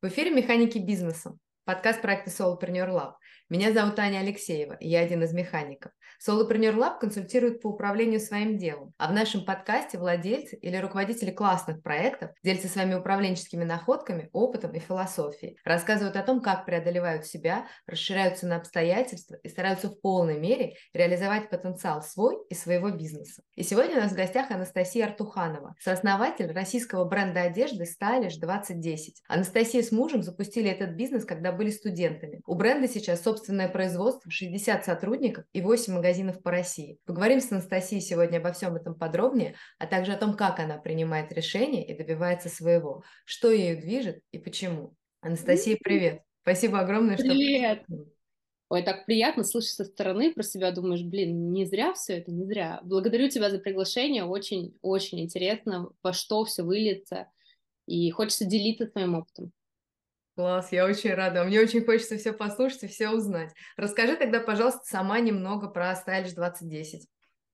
В эфире «Механики бизнеса», подкаст проекта Solopreneur Lab. Меня зовут Аня Алексеева, и я один из механиков. Solopreneur Lab консультирует по управлению своим делом, а в нашем подкасте владельцы или руководители классных проектов делятся своими управленческими находками, опытом и философией, рассказывают о том, как преодолевают себя, расширяются на обстоятельства и стараются в полной мере реализовать потенциал свой и своего бизнеса. И сегодня у нас в гостях Анастасия Артуханова, сооснователь российского бренда одежды Stylish 2010. Анастасия с мужем запустили этот бизнес, когда были студентами. У бренда сейчас собственное производство, 60 сотрудников и 8 магазинов по России. Поговорим с Анастасией сегодня обо всем этом подробнее, а также о том, как она принимает решения и добивается своего, что ею движет и почему. Анастасия, привет! Спасибо огромное, что Привет! пришла. Ой, так приятно слышать со стороны про себя. Думаешь, блин, не зря все это, не зря. Благодарю тебя за приглашение. Очень интересно, во что все выльется. И хочется делиться своим опытом. Класс, я очень рада. Мне очень хочется все послушать и все узнать. Расскажи тогда, пожалуйста, сама немного про Stylish 2010.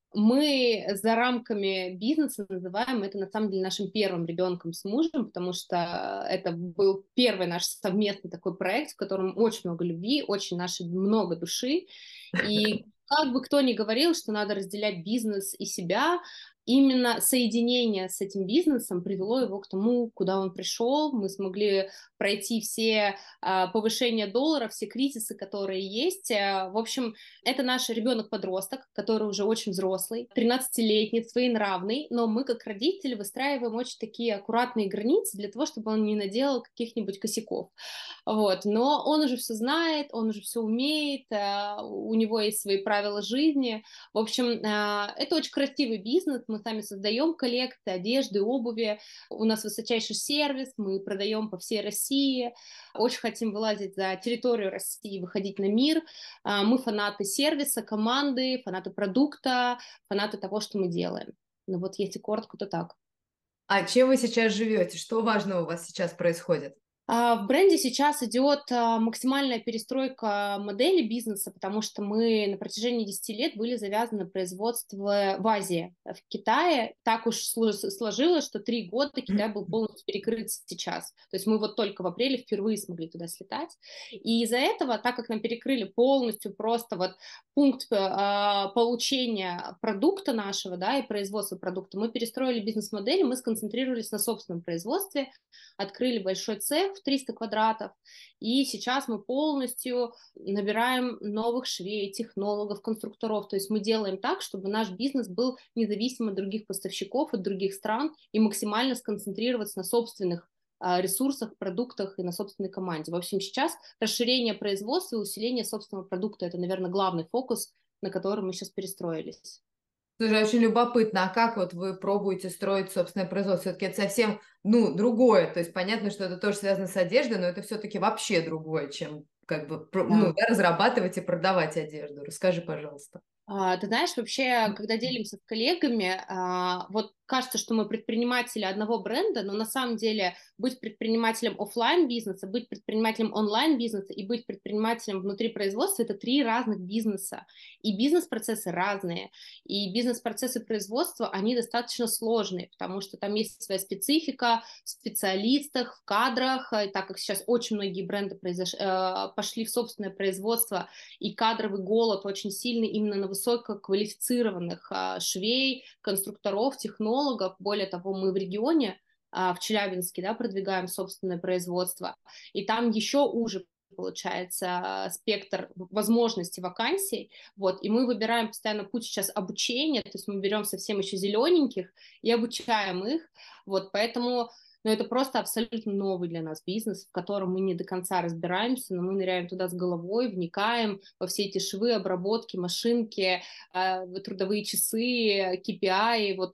Мы за рамками бизнеса называем это, на самом деле, нашим первым ребенком с мужем, потому что это был первый наш совместный такой проект, в котором очень много любви, очень нашей много души. И как бы кто ни говорил, что надо разделять бизнес и себя, именно соединение с этим бизнесом привело его к тому, куда он пришел. Мы смогли пройти все повышения доллара, все кризисы, которые есть. В общем, это наш ребенок-подросток, который уже очень взрослый, 13-летний, своенравный, но мы, как родители, выстраиваем очень такие аккуратные границы для того, чтобы он не наделал каких-нибудь косяков. Вот. Но он уже все знает, он уже все умеет, у него есть свои правила жизни. В общем, это очень красивый бизнес, мы сами создаем коллекции одежды, обуви, у нас высочайший сервис, мы продаем по всей России, очень хотим вылазить за территорию России, выходить на мир. Мы фанаты сервиса, команды, фанаты продукта, фанаты того, что мы делаем. Ну вот если коротко, то так. А чем вы сейчас живете? Что важного у вас сейчас происходит? В бренде сейчас идет максимальная перестройка модели бизнеса, потому что мы на протяжении 10 лет были завязаны на производство в Азии, в Китае. Так уж сложилось, что 3 года Китай был полностью перекрыт сейчас. То есть мы вот только в апреле впервые смогли туда слетать. И из-за этого, так как нам перекрыли полностью просто вот пункт получения продукта нашего, да, и производства продукта, мы перестроили бизнес-модель, мы сконцентрировались на собственном производстве, открыли большой цех в 300 квадратов, и сейчас мы полностью набираем новых швей, технологов, конструкторов, то есть мы делаем так, чтобы наш бизнес был независим от других поставщиков, от других стран, и максимально сконцентрироваться на собственных ресурсах, продуктах и на собственной команде. В общем, сейчас расширение производства и усиление собственного продукта – это, наверное, главный фокус, на который мы сейчас перестроились. Слушай, очень любопытно, а как вот вы пробуете строить собственное производство? Все-таки это совсем, другое. То есть понятно, что это тоже связано с одеждой, но это все-таки вообще другое, чем как бы, Да. да, разрабатывать и продавать одежду. Расскажи, пожалуйста. Ты знаешь, вообще, когда делимся с коллегами, вот кажется, что мы предприниматели одного бренда, но на самом деле быть предпринимателем офлайн бизнеса, быть предпринимателем онлайн бизнеса и быть предпринимателем внутри производства — это 3 разных бизнеса. И бизнес-процессы разные. И бизнес-процессы производства, они достаточно сложные, потому что там есть своя специфика в специалистах, в кадрах. И так как сейчас очень многие бренды пошли в собственное производство, и кадровый голод очень сильный именно на высококвалифицированных швей, конструкторов, технологов. Более того, мы в регионе, в Челябинске, да, продвигаем собственное производство, и там еще уже получается спектр возможностей вакансий, вот, и мы выбираем постоянно путь сейчас обучения, то есть мы берем совсем еще зелененьких и обучаем их, вот, поэтому но это просто абсолютно новый для нас бизнес, в котором мы не до конца разбираемся, но мы ныряем туда с головой, вникаем во все эти швы, обработки, машинки, трудовые часы, KPI. Вот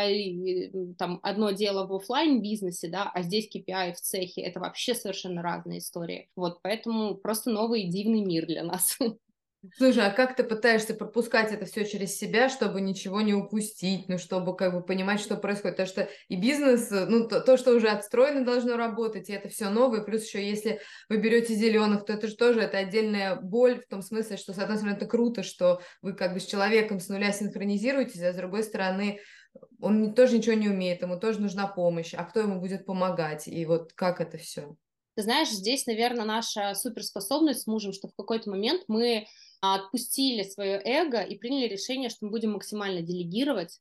KPI, там одно дело в офлайн бизнесе, да, а здесь KPI в цехе. Это вообще совершенно разные истории. Вот, поэтому просто новый дивный мир для нас. Слушай, а как ты пытаешься пропускать это все через себя, чтобы ничего не упустить, чтобы как бы понимать, что происходит? Потому что и бизнес, то, что уже отстроено, должно работать, и это все новое. Плюс еще, если вы берете зеленых, то это же тоже это отдельная боль в том смысле, что, с одной стороны, это круто, что вы как бы с человеком с нуля синхронизируетесь, а с другой стороны, он тоже ничего не умеет, ему тоже нужна помощь, а кто ему будет помогать? И вот как это все? Ты знаешь, здесь, наверное, наша суперспособность с мужем, что в какой-то момент мы отпустили свое эго и приняли решение, что мы будем максимально делегировать.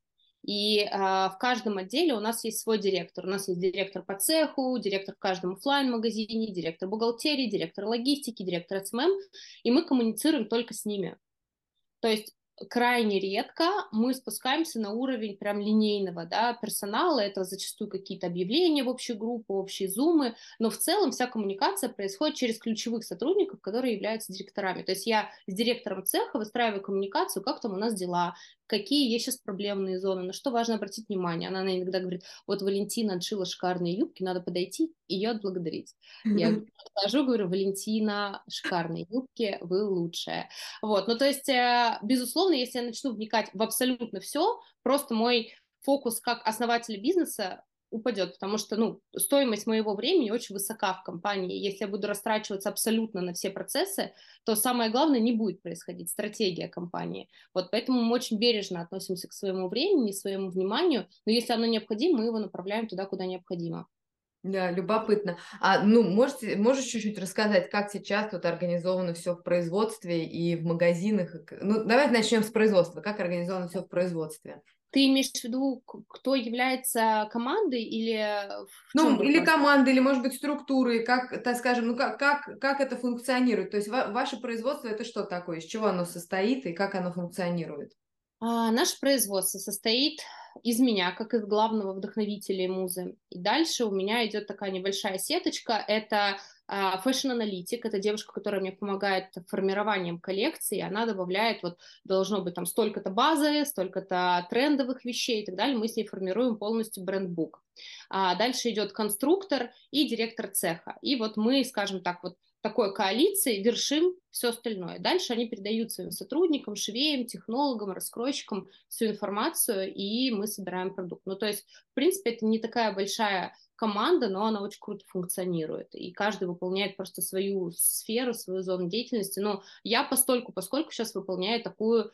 И в каждом отделе у нас есть свой директор. У нас есть директор по цеху, директор в каждом оффлайн-магазине, директор бухгалтерии, директор логистики, директор СММ, и мы коммуницируем только с ними. То есть крайне редко мы спускаемся на уровень прям линейного, да, персонала, это зачастую какие-то объявления в общую группу, общие зумы, но в целом вся коммуникация происходит через ключевых сотрудников, которые являются директорами. То есть я с директором цеха выстраиваю коммуникацию, как там у нас дела, какие есть сейчас проблемные зоны, на что важно обратить внимание. Она иногда говорит, вот Валентина отшила шикарные юбки, надо подойти и ее отблагодарить. Я подхожу, говорю, Валентина, шикарные юбки, вы лучшая. Вот, ну то есть, безусловно, если я начну вникать в абсолютно все, просто мой фокус как основателя бизнеса упадет, потому что, ну, стоимость моего времени очень высока в компании. Если я буду растрачиваться абсолютно на все процессы, то самое главное не будет происходить, стратегия компании. Вот поэтому мы очень бережно относимся к своему времени, своему вниманию, но если оно необходимо, мы его направляем туда, куда необходимо. Да, любопытно. Ну, можешь чуть-чуть рассказать, как сейчас тут организовано все в производстве и в магазинах? Ну, давайте начнем с производства. Как организовано все в производстве? Ты имеешь в виду, кто является командой или в чем Ну, или вопрос? команды, или, может быть, структуры, как, так скажем, ну, как это функционирует? То есть ваше производство– это что такое? Из чего оно состоит и как оно функционирует? Наше производство состоит из меня, как из главного вдохновителя и музы. И дальше у меня идет такая небольшая сеточка. Это фэшн-аналитик, это девушка, которая мне помогает формированием коллекции. Она добавляет, вот должно быть там столько-то базы, столько-то трендовых вещей и так далее. Мы с ней формируем полностью бренд-бук. Дальше идет конструктор и директор цеха. И вот мы, скажем так, вот такой коалиции вершим все остальное. Дальше они передают своим сотрудникам, швеям, технологам, раскройщикам всю информацию, и мы собираем продукт. Ну, то есть, в принципе, это не такая большая команда, но она очень круто функционирует, и каждый выполняет просто свою сферу, свою зону деятельности. Но я поскольку сейчас выполняю такую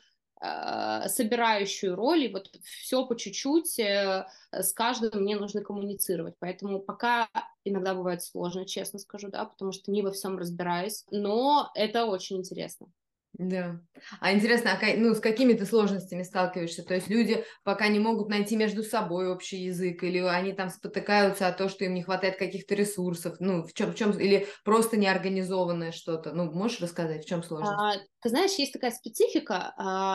собирающую роль, и вот все по чуть-чуть, с каждым мне нужно коммуницировать, поэтому пока иногда бывает сложно, честно скажу, да, потому что не во всем разбираюсь, но это очень интересно. Да. А интересно, ну, с какими ты сложностями сталкиваешься? То есть люди пока не могут найти между собой общий язык, или они там спотыкаются о том, что им не хватает каких-то ресурсов, ну, или просто неорганизованное что-то. Ну, можешь рассказать, в чем сложность? Ты знаешь, есть такая специфика,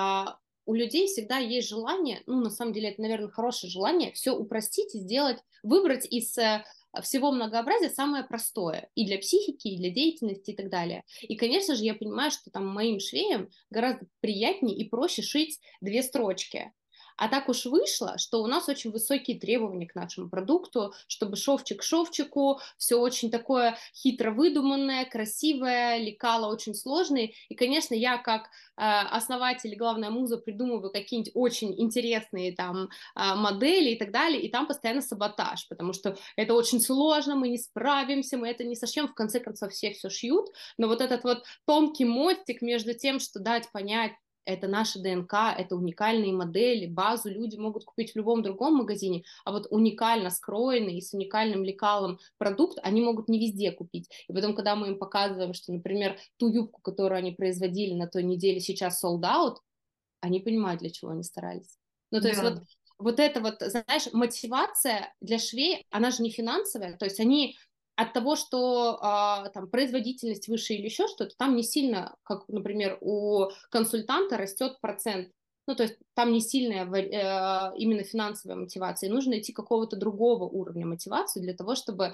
у людей всегда есть желание, ну, на самом деле, это, наверное, хорошее желание, все упростить и сделать, выбрать из всего многообразия самое простое и для психики, и для деятельности и так далее. И, конечно же, я понимаю, что там моим швеям гораздо приятнее и проще шить 2 строчки. А так уж вышло, что у нас очень высокие требования к нашему продукту, чтобы шовчик к шовчику, все очень такое хитро выдуманное, красивое, лекала очень сложные. И, конечно, я как основатель, главная муза, придумываю какие-нибудь очень интересные там модели и так далее, и там постоянно саботаж, потому что это очень сложно, мы не справимся, мы это не сошьем, в конце концов все шьют, но вот этот вот тонкий мостик между тем, что дать понять, это наша ДНК, это уникальные модели, базу люди могут купить в любом другом магазине, а вот уникально скроенный с уникальным лекалом продукт они могут не везде купить. И потом, когда мы им показываем, что, например, ту юбку, которую они производили на той неделе, сейчас sold out, они понимают, для чего они старались. Ну, то есть Да. вот это вот, знаешь, мотивация для швей, она же не финансовая, то есть они от того, что там производительность выше или еще что-то, там не сильно, как, например, у консультанта растет процент. Ну, то есть там не сильная именно финансовая мотивация. И нужно найти какого-то другого уровня мотивации для того, чтобы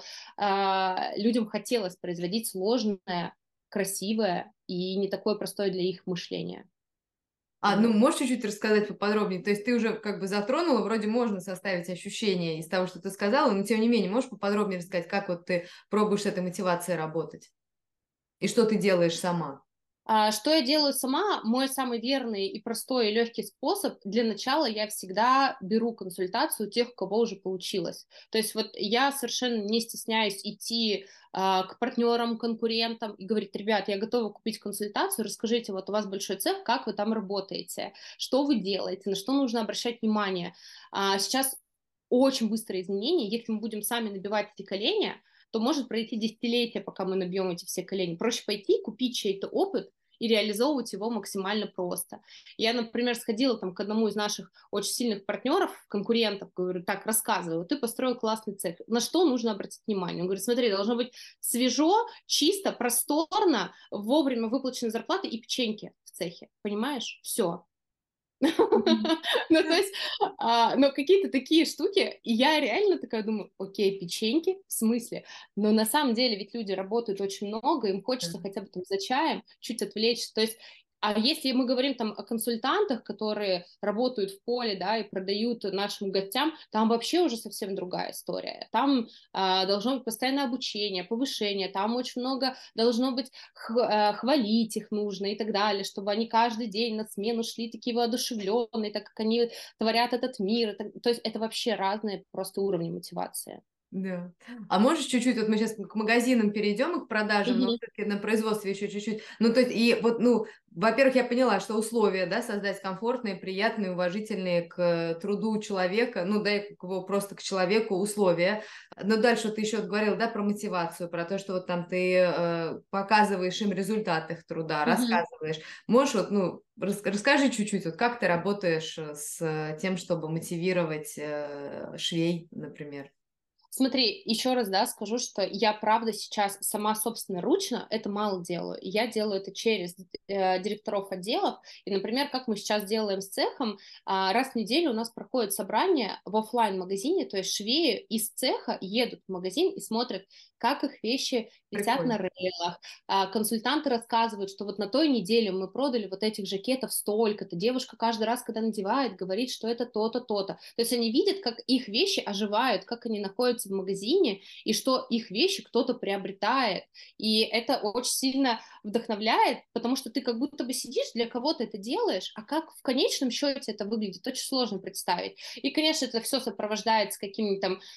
людям хотелось производить сложное, красивое и не такое простое для их мышления. Ну, Вот. можешь чуть-чуть рассказать поподробнее? То есть ты уже как бы затронула, вроде можно составить ощущение из того, что ты сказала, но тем не менее, можешь поподробнее рассказать, как вот ты пробуешь с этой мотивацией работать? И что ты делаешь сама? Что я делаю сама? Мой самый верный и простой и легкий способ. Для начала я всегда беру консультацию у тех, у кого уже получилось. То есть вот я совершенно не стесняюсь идти к партнерам, конкурентам и говорить: ребят, я готова купить консультацию, расскажите, вот у вас большой цех, как вы там работаете, что вы делаете, на что нужно обращать внимание. Сейчас очень быстрые изменения, если мы будем сами набивать эти колени, то может пройти десятилетия, пока мы набьем эти все колени. Проще пойти, купить чей-то опыт и реализовывать его максимально просто. Я, например, сходила там к одному из наших очень сильных партнеров, конкурентов, говорю, так, рассказывай, вот ты построил классный цех, на что нужно обратить внимание? Он говорит, смотри, должно быть свежо, чисто, просторно, вовремя выплачены зарплаты и печеньки в цехе, понимаешь? Все. Ну, то есть, но какие-то такие штуки, и я реально такая думаю, окей, печеньки, в смысле? Но на самом деле ведь люди работают очень много, им хочется хотя бы там за чаем чуть отвлечься, то есть, а если мы говорим там о консультантах, которые работают в поле, да, и продают нашим гостям, там вообще уже совсем другая история. Там должно быть постоянное обучение, повышение, там очень много должно быть, хвалить их нужно и так далее, чтобы они каждый день на смену шли такие воодушевленные, так как они творят этот мир. То есть это вообще разные просто уровни мотивации. Да. А можешь чуть-чуть, вот мы сейчас к магазинам перейдем и к продажам, но Мгм. все-таки на производстве еще чуть-чуть. Ну, то есть, и вот, ну, во-первых, я поняла, что условия, да, создать комфортные, приятные, уважительные к труду человека, ну, да, и к его просто к человеку условия. Но дальше ты еще говорил, да, про мотивацию, про то, что вот там ты показываешь им результат их труда, Мгм. рассказываешь. Можешь вот, ну, расскажи чуть-чуть, вот как ты работаешь с тем, чтобы мотивировать швей, например. Смотри, еще раз, да, скажу, что я, правда, сейчас сама собственноручно это мало делаю. Я делаю это через директоров отделов. И, например, как мы сейчас делаем с цехом, раз в неделю у нас проходит собрание в оффлайн магазине, то есть швеи из цеха едут в магазин и смотрят, как их вещи висят на Прикольно. рейлах. Консультанты рассказывают, что вот на той неделе мы продали вот этих жакетов столько-то. Девушка каждый раз, когда надевает, говорит, что это то-то, то-то. То есть они видят, как их вещи оживают, как они находятся в магазине, и что их вещи кто-то приобретает. И это очень сильно вдохновляет, потому что ты как будто бы сидишь, для кого-то это делаешь, а как в конечном счете это выглядит, очень сложно представить. И, конечно, это все сопровождается какими-то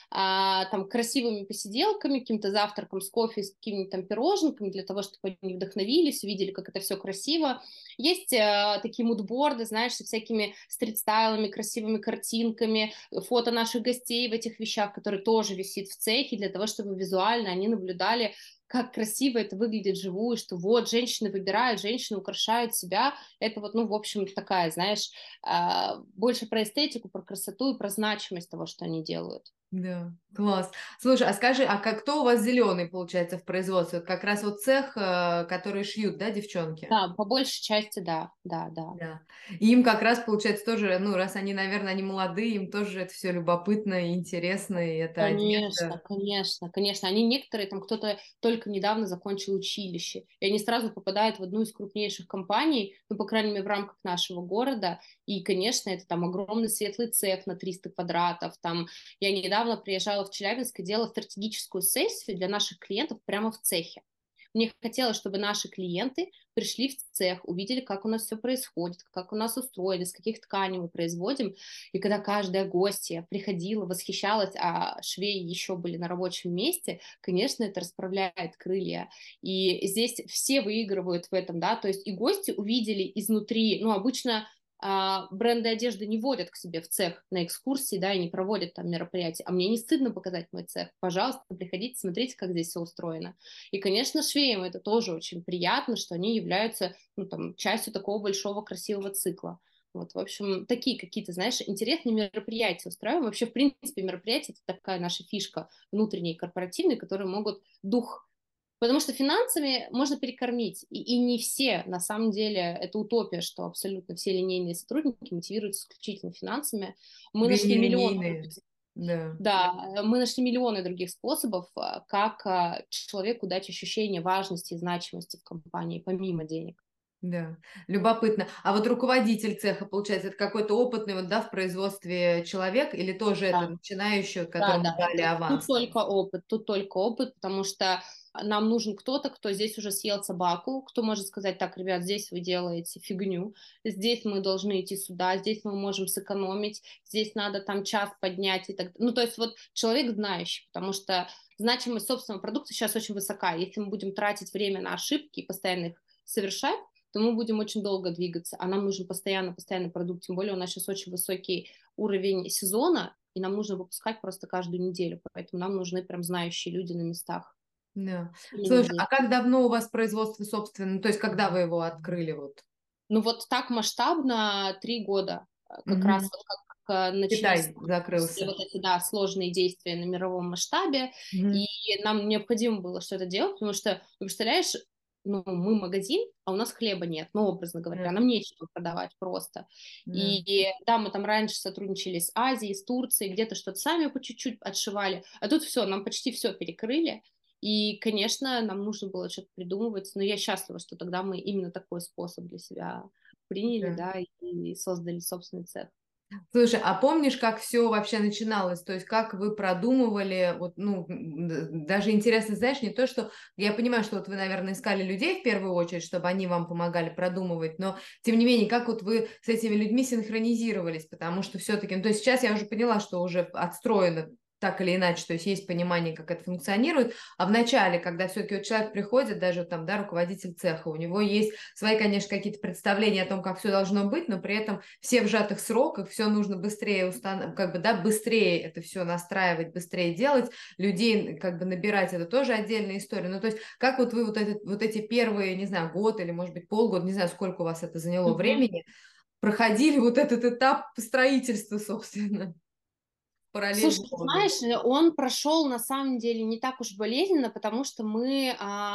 там красивыми посиделками, каким-то завтраком с кофе, с какими-то там пироженками, для того, чтобы они вдохновились, увидели, как это все красиво. Есть такие мудборды, знаешь, со всякими стрит-стайлами, красивыми картинками, фото наших гостей в этих вещах, которые тоже висит в цехе, для того, чтобы визуально они наблюдали, как красиво это выглядит вживую, что вот женщины выбирают, женщины украшают себя. Это вот, ну, в общем, такая, знаешь, больше про эстетику, про красоту и про значимость того, что они делают. Да, класс. Слушай, а скажи, а как, кто у вас зеленый, получается, в производстве? Вот как раз вот цех, который шьют, да, девчонки? Да, по большей части, да, да, да. Да. И им как раз, получается, тоже, ну, раз они, наверное, они молодые, им тоже это все любопытно и интересно, и это Конечно, одежда. конечно, конечно. Они некоторые, там кто-то только недавно закончил училище, и они сразу попадают в одну из крупнейших компаний, ну, по крайней мере, в рамках нашего города, и, конечно, это там огромный светлый цех на 300 квадратов, там, я недавно приезжала в Челябинск и делала стратегическую сессию для наших клиентов прямо в цехе. Мне хотелось, чтобы наши клиенты пришли в цех, увидели, как у нас все происходит, как у нас устроено, из каких тканей мы производим. И когда каждая гостья приходила, восхищалась, а швеи еще были на рабочем месте, конечно, это расправляет крылья. И здесь все выигрывают в этом, да, то есть и гости увидели изнутри, ну, обычно бренды одежды не водят к себе в цех на экскурсии, да, и не проводят там мероприятия. А мне не стыдно показать мой цех. Пожалуйста, приходите, смотрите, как здесь все устроено. И, конечно, швеям это тоже очень приятно, что они являются, ну, там, частью такого большого красивого цикла. Вот, в общем, такие какие-то, знаешь, интересные мероприятия устраиваем. Вообще, в принципе, мероприятия — это такая наша фишка внутренней и корпоративной, которые могут дух. Потому что финансами можно перекормить, и не все, на самом деле, это утопия, что абсолютно все линейные сотрудники мотивируются исключительно финансами. Мы Да и нашли миллионы нелинейные. Да. да, мы нашли миллионы других способов, как человеку дать ощущение важности и значимости в компании, помимо денег. Да, любопытно. А вот руководитель цеха, получается, это какой-то опытный вот, да, в производстве человек или тоже это Да. начинающий, Да, которому да, дали аванс там? тут только опыт, потому что нам нужен кто-то, кто здесь уже съел собаку, кто может сказать, так, ребят, здесь вы делаете фигню, здесь мы должны идти сюда, здесь мы можем сэкономить, здесь надо там час поднять и так. Ну, то есть вот человек знающий, потому что значимость собственного продукта сейчас очень высока. Если мы будем тратить время на ошибки и постоянно их совершать, то мы будем очень долго двигаться, а нам нужен постоянно продукт, тем более у нас сейчас очень высокий уровень сезона, и нам нужно выпускать просто каждую неделю, поэтому нам нужны прям знающие люди на местах. Да. Слушай, Везде. а как давно у вас производство собственно, то есть когда вы его открыли вот? Ну вот так масштабно 3 года, как раз Мгм. вот как начались Китай все закрылся. вот эти, да, сложные действия на мировом масштабе, и Мгм. нам необходимо было что-то делать, потому что, ты представляешь, ну, мы магазин, а у нас хлеба нет, ну, образно Да, говоря, нам нечего продавать просто. да. И да, мы там раньше сотрудничали с Азией, с Турцией, где-то что-то сами по чуть-чуть отшивали, а тут все, нам почти все перекрыли, и, конечно, нам нужно было что-то придумывать, но я счастлива, что тогда мы именно такой способ для себя приняли, Да. да, и создали собственный цех. Слушай, а помнишь, как все вообще начиналось? То есть как вы продумывали, вот, ну, даже интересно, знаешь, не то, что я понимаю, что вот вы, наверное, искали людей в первую очередь, чтобы они вам помогали продумывать, но тем не менее, как вот вы с этими людьми синхронизировались, потому что все-таки, ну, то есть сейчас я уже поняла, что уже отстроено так или иначе, то есть есть понимание, как это функционирует, а в начале, когда все-таки вот человек приходит, даже там, да, руководитель цеха, у него есть свои, конечно, какие-то представления о том, как все должно быть, но при этом все в сжатых сроках, все нужно быстрее как бы, да, быстрее это все настраивать, быстрее делать, людей как бы набирать, это тоже отдельная история. Ну, то есть, как вот вы вот эти первые, не знаю, год или, может быть, полгода, не знаю, сколько у вас это заняло Мгм. времени, проходили вот этот этап строительства, собственно, Слушай, параллельно ты ходу. знаешь, он прошел на самом деле не так уж болезненно, потому что мы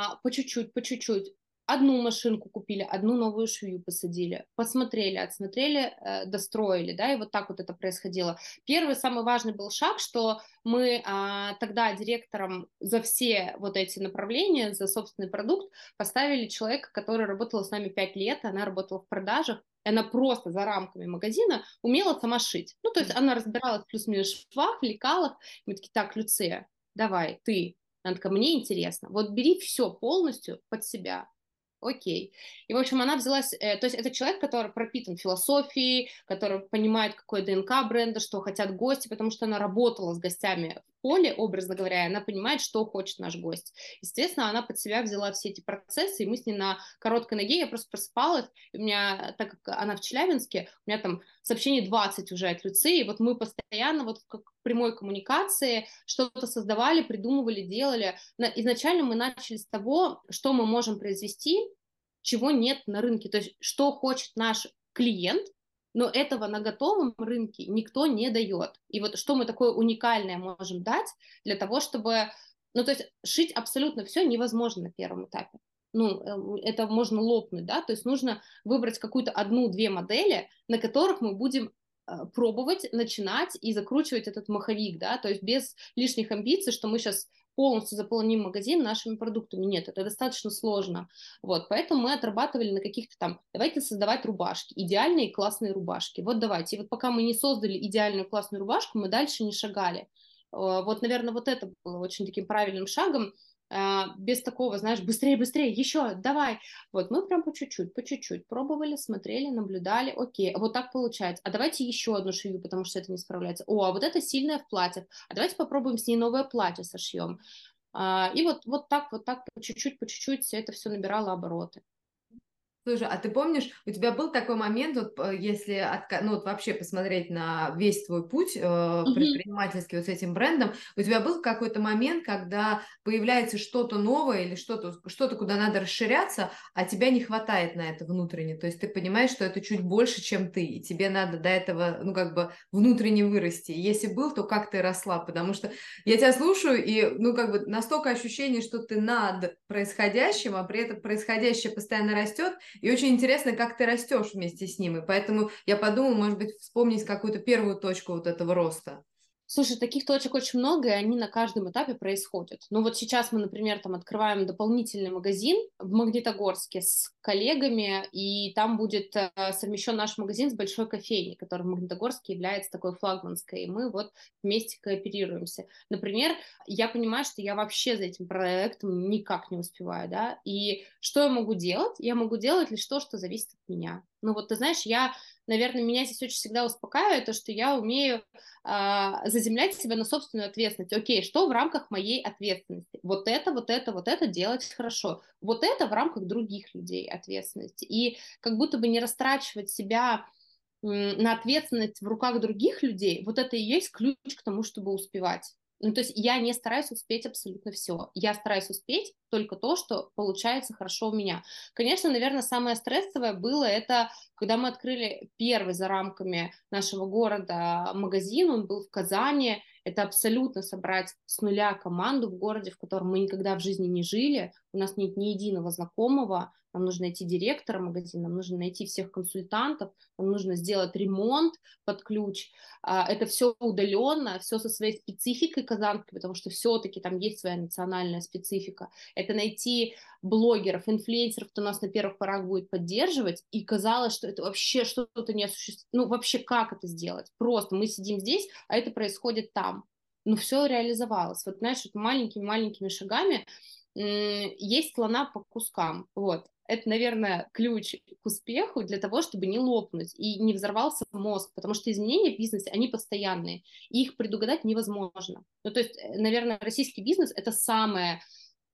по чуть-чуть одну машинку купили, одну новую швею посадили, посмотрели, отсмотрели, достроили, да, и вот так вот это происходило. Первый самый важный был шаг, что мы тогда директором за все вот эти направления, за собственный продукт поставили человека, который работал с нами 5 лет, она работала в продажах, и она просто за рамками магазина умела сама шить. Ну, то есть она разбиралась плюс-минус в швах, лекалах. Мы такие, так, Люция, давай, ты. Она такая, мне интересно. Вот бери все полностью под себя. Окей. И, в общем, она взялась... то есть это человек, который пропитан философией, который понимает, какой ДНК бренда, что хотят гости, потому что она работала с гостями в поле, образно говоря, и она понимает, что хочет наш гость. Естественно, она под себя взяла все эти процессы, и мы с ней на короткой ноге, я просто просыпалась, и у меня, так как она в Челябинске, у меня там сообщений 20 уже от Люции, и вот мы постоянно вот в прямой коммуникации что-то создавали, придумывали, делали. Изначально мы начали с того, что мы можем произвести, чего нет на рынке, то есть что хочет наш клиент, но этого на готовом рынке никто не дает. И вот что мы такое уникальное можем дать для того, чтобы... Ну, то есть шить абсолютно все невозможно на первом этапе. Ну, это можно лопнуть, да, то есть нужно выбрать какую-то одну-две модели, на которых мы будем пробовать, начинать и закручивать этот маховик, да, то есть без лишних амбиций, что мы сейчас полностью заполоним магазин нашими продуктами. Нет, это достаточно сложно. Вот, поэтому мы отрабатывали на каких-то там, давайте создавать рубашки, идеальные классные рубашки. Вот давайте. И вот пока мы не создали идеальную классную рубашку, мы дальше не шагали. Вот, наверное, вот это было очень таким правильным шагом, без такого, знаешь, быстрее, быстрее, еще, давай. Вот мы прям по чуть-чуть пробовали, смотрели, наблюдали, окей, а вот так получается. А давайте еще одну швею, потому что это не справляется. О, а вот это сильная в платьях. А давайте попробуем с ней новое платье сошьем. И вот так по чуть-чуть все это все набирало обороты. Слушай, а ты помнишь, у тебя был такой момент, вот если ну, вот вообще посмотреть на весь твой путь Мгм. предпринимательский вот с этим брендом, у тебя был какой-то момент, когда появляется что-то новое или что-то, куда надо расширяться, а тебя не хватает на это внутренне, то есть ты понимаешь, что это чуть больше, чем ты, и тебе надо до этого, ну, как бы внутренне вырасти. И если был, то как ты росла? Потому что я тебя слушаю, и, ну, как бы настолько ощущение, что ты над происходящим, а при этом происходящее постоянно растет, и очень интересно, как ты растешь вместе с ним. И поэтому я подумала, может быть, вспомнить какую-то первую точку вот этого роста. Слушай, таких точек очень много, и они на каждом этапе происходят. Ну вот сейчас мы, например, там открываем дополнительный магазин в Магнитогорске с коллегами, и там будет совмещен наш магазин с большой кофейней, которая в Магнитогорске является такой флагманской, и мы вот вместе кооперируемся. Например, я понимаю, что я вообще за этим проектом никак не успеваю, да, и что я могу делать? Я могу делать лишь то, что зависит от меня. Ну вот ты знаешь, наверное, меня здесь очень всегда успокаивает то, что я умею заземлять себя на собственную ответственность. Окей, что в рамках моей ответственности? Вот это делать хорошо. Вот это в рамках других людей ответственности. И как будто бы не растрачивать себя на ответственность в руках других людей, вот это и есть ключ к тому, чтобы успевать. Ну, то есть я не стараюсь успеть абсолютно все. Я стараюсь успеть только то, что получается хорошо у меня. Конечно, наверное, самое стрессовое было это, когда мы открыли первый за рамками нашего города магазин, он был в Казани. Это абсолютно собрать с нуля команду в городе, в котором мы никогда в жизни не жили. У нас нет ни единого знакомого. Нам нужно найти директора магазина, нам нужно найти всех консультантов, нам нужно сделать ремонт под ключ. Это все удаленно, все со своей спецификой казанской, потому что все-таки там есть своя национальная специфика. Это найти блогеров, инфлюенсеров, кто нас на первых порах будет поддерживать, и казалось, что это вообще что-то неосуществимо. Ну, вообще, как это сделать? Просто мы сидим здесь, а это происходит там. Но все реализовалось. Вот, знаешь, вот маленькими-маленькими шагами есть слона по кускам. Вот. Это, наверное, ключ к успеху для того, чтобы не лопнуть и не взорвался мозг, потому что изменения в бизнесе, они постоянные, и их предугадать невозможно. Ну, то есть, наверное, российский бизнес — это самая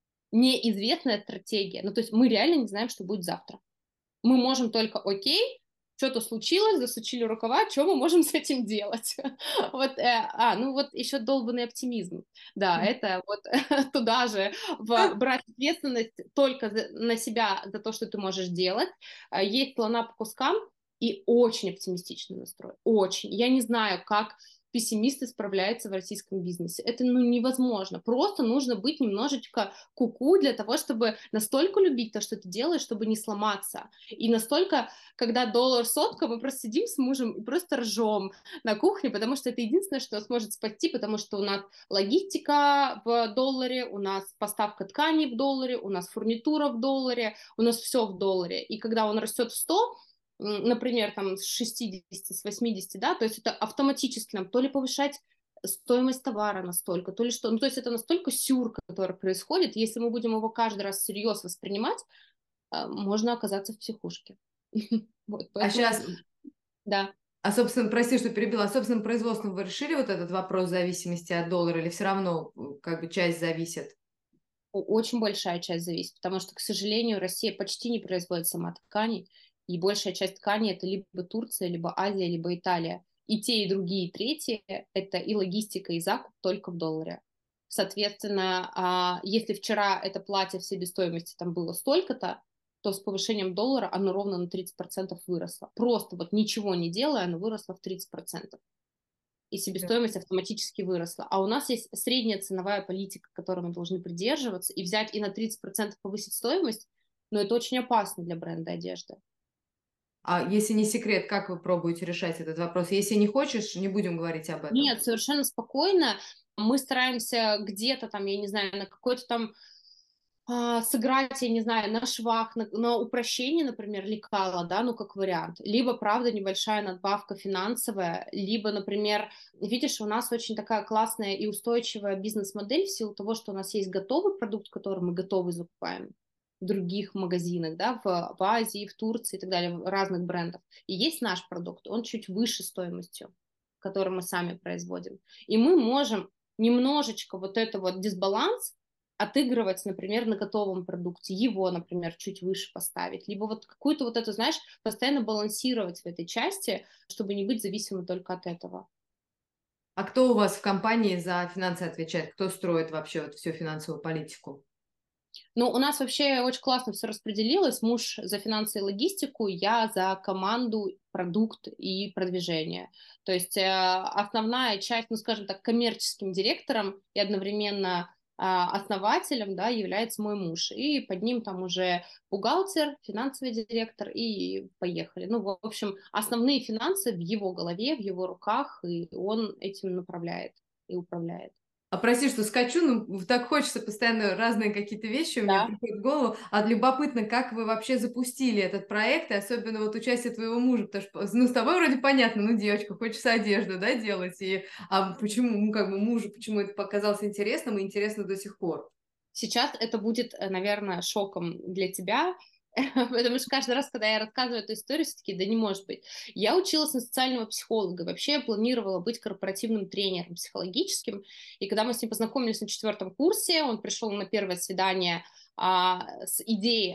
неизвестная стратегия. Ну, то есть мы реально не знаем, что будет завтра. Мы можем только, окей, что-то случилось, засучили рукава, что мы можем с этим делать? Вот, ну вот еще долбанный оптимизм. Да, это вот туда же, брать ответственность только на себя за то, что ты можешь делать. Есть слона по кускам и очень оптимистичный настрой. Очень. Я не знаю, как пессимисты справляются в российском бизнесе. Это невозможно. Просто нужно быть немножечко куку для того, чтобы настолько любить то, что ты делаешь, чтобы не сломаться. И настолько, когда доллар сотка, мы просто сидим с мужем и просто ржем на кухне, потому что это единственное, что сможет спасти, потому что у нас логистика в долларе, у нас поставка тканей в долларе, у нас фурнитура в долларе, у нас все в долларе. И когда он растет в 100, например, там с 60, с 80, да, то есть это автоматически нам то ли повышать стоимость товара настолько, то ли что, ну, то есть это настолько сюр, который происходит, если мы будем его каждый раз всерьез воспринимать, можно оказаться в психушке. Вот, А поэтому, сейчас, да. собственно, прости, что перебила, а собственным производством вы решили вот этот вопрос зависимости от доллара или все равно как бы часть зависит? Очень большая часть зависит, потому что, к сожалению, Россия почти не производит сама тканей, и большая часть тканей это либо Турция, либо Азия, либо Италия. И те, и другие, и третьи — это и логистика, и закуп только в долларе. Соответственно, если вчера это платье в себестоимости там было столько-то, то с повышением доллара оно ровно на 30% выросло. Просто вот ничего не делая, оно выросло в 30%. И себестоимость автоматически выросла. А у нас есть средняя ценовая политика, которой мы должны придерживаться, и взять и на 30% повысить стоимость, но это очень опасно для бренда одежды. А если не секрет, как вы пробуете решать этот вопрос? Если не хочешь, не будем говорить об этом. Нет, совершенно спокойно. Мы стараемся где-то там, я не знаю, на какой-то там сыграть, я не знаю, на швах, на упрощение, например, лекала, да, ну, как вариант. Либо, правда, небольшая надбавка финансовая, либо, например, видишь, у нас очень такая классная и устойчивая бизнес-модель в силу того, что у нас есть готовый продукт, который мы готовы закупаем в других магазинах, да, в Азии, в Турции и так далее, в разных брендов. И есть наш продукт, он чуть выше стоимостью, который мы сами производим. И мы можем немножечко вот это вот дисбаланс отыгрывать, например, на готовом продукте, его, например, чуть выше поставить, либо вот какую-то вот эту, знаешь, постоянно балансировать в этой части, чтобы не быть зависимым только от этого. А кто у вас в компании за финансы отвечает? Кто строит вообще вот всю финансовую политику? Ну, у нас вообще очень классно все распределилось. Муж за финансы и логистику, я за команду, продукт и продвижение. То есть основная часть, ну, скажем так, коммерческим директором и одновременно основателем, да, является мой муж. И под ним там уже бухгалтер, финансовый директор и поехали. Ну, в общем, основные финансы в его голове, в его руках, и он этим направляет и управляет. А прости, что скачу, но так хочется постоянно разные какие-то вещи у меня Да. приходят в голову. А любопытно, как вы вообще запустили этот проект, и особенно вот участие твоего мужа, потому что, ну, с тобой вроде понятно, ну, девочка, хочется одежду, да, делать, а почему, ну, как бы мужу, почему это показалось интересным и интересно до сих пор? Сейчас это будет, наверное, шоком для тебя, потому что каждый раз, когда я рассказываю эту историю, все таки да не может быть. Я училась на социального психолога, вообще я планировала быть корпоративным тренером психологическим, и когда мы с ним познакомились на 4-м курсе, он пришел на первое свидание с идеей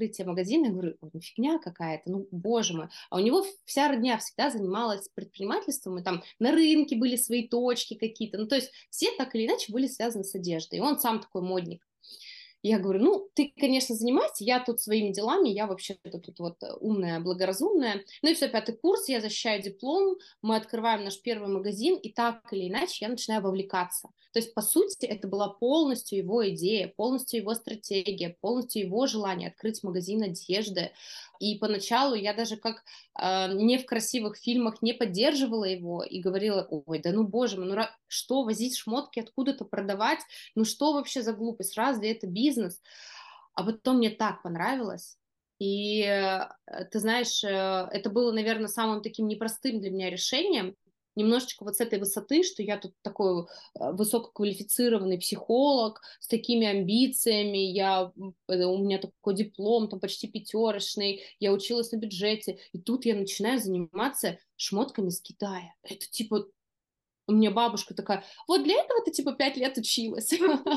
открытия магазина, я говорю, ну фигня какая-то, ну боже мой. А у него вся родня всегда занималась предпринимательством, и там на рынке были свои точки какие-то, ну то есть все так или иначе были связаны с одеждой, и он сам такой модник. Я говорю, ну, ты, конечно, занимайся, я тут своими делами, я вообще-то тут вот умная, благоразумная. Ну и все, 5-й курс, я защищаю диплом, мы открываем наш первый магазин, и так или иначе я начинаю вовлекаться. То есть, по сути, это была полностью его идея, полностью его стратегия, полностью его желание открыть магазин одежды. И поначалу я даже как не в красивых фильмах не поддерживала его и говорила, ой, да ну боже мой, ну что возить шмотки откуда-то продавать, ну что вообще за глупость, разве это бизнес? А потом мне так понравилось. И ты знаешь, это было, наверное, самым таким непростым для меня решением, немножечко вот с этой высоты, что я тут такой высококвалифицированный психолог с такими амбициями, у меня такой диплом, там почти 5-шный, я училась на бюджете, и тут я начинаю заниматься шмотками с Китая. Это типа у меня бабушка такая, вот для этого ты типа 5 лет училась.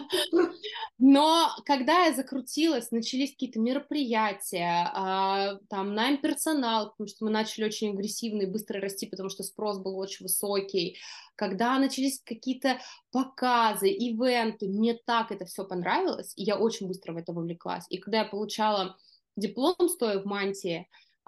Но когда я закрутилась, начались какие-то мероприятия, там найм персонал, потому что мы начали очень агрессивно и быстро расти, потому что спрос был очень высокий. Когда начались какие-то показы, ивенты, мне так это все понравилось, и я очень быстро в это вовлеклась. И когда я получала диплом, стоя в мантии,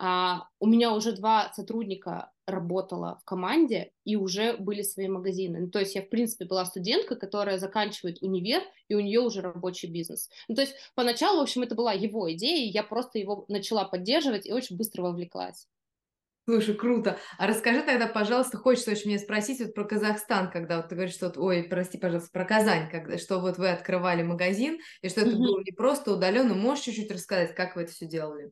у меня уже 2 сотрудника работало в команде и уже были свои магазины. Ну, то есть я, в принципе, была студентка, которая заканчивает универ, и у нее уже рабочий бизнес. Ну, то есть поначалу, в общем, это была его идея, и я просто его начала поддерживать и очень быстро вовлеклась. Слушай, круто. А расскажи тогда, пожалуйста, хочется очень мне спросить вот про Казахстан, когда вот ты говоришь, что, ой, прости, пожалуйста, про Казань, когда, что вот вы открывали магазин, и что это было не просто удаленно. Можешь чуть-чуть рассказать, как вы это все делали?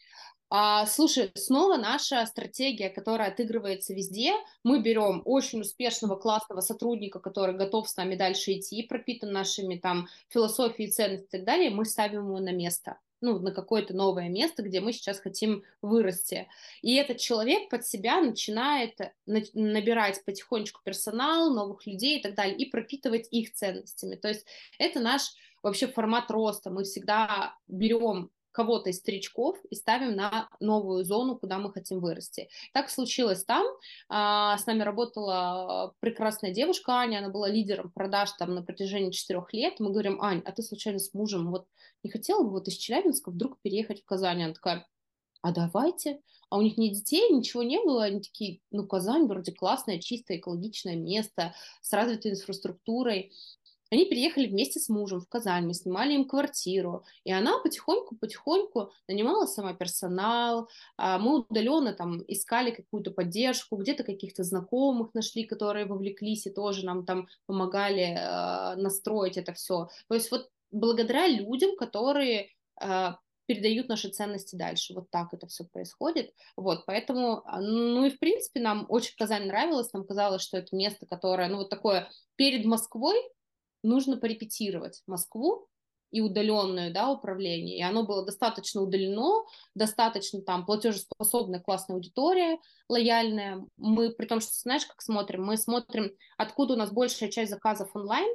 Слушай, снова наша стратегия, которая отыгрывается везде. Мы берем очень успешного, классного сотрудника, который готов с нами дальше идти, пропитан нашими там философией, ценностями и так далее. Мы ставим его на место, ну, на какое-то новое место, где мы сейчас хотим вырасти. И этот человек под себя начинает набирать потихонечку персонал, новых людей и так далее, и пропитывать их ценностями. То есть это наш вообще формат роста. Мы всегда берем кого-то из старичков и ставим на новую зону, куда мы хотим вырасти. Так случилось там. С нами работала прекрасная девушка Аня, она была лидером продаж там на протяжении 4 лет. Мы говорим, Ань, а ты случайно с мужем вот не хотела бы вот из Челябинска вдруг переехать в Казань? Она такая, а давайте. А у них ни детей, ничего не было. Они такие, ну, Казань вроде классное, чистое, экологичное место с развитой инфраструктурой. Они переехали вместе с мужем в Казань, мы снимали им квартиру, и она потихоньку нанимала сама персонал, мы удаленно там искали какую-то поддержку, где-то каких-то знакомых нашли, которые вовлеклись и тоже нам там помогали настроить это все. То есть вот благодаря людям, которые передают наши ценности дальше. Вот так это все происходит. Вот, поэтому, ну и в принципе нам очень Казань нравилась, нам казалось, что это место, которое, ну вот такое перед Москвой, нужно порепетировать Москву и удаленное, да, управление. И оно было достаточно удалено, достаточно там платежеспособная классная аудитория, лояльная. Мы, при том, что, знаешь, как смотрим? Мы смотрим, откуда у нас большая часть заказов онлайн,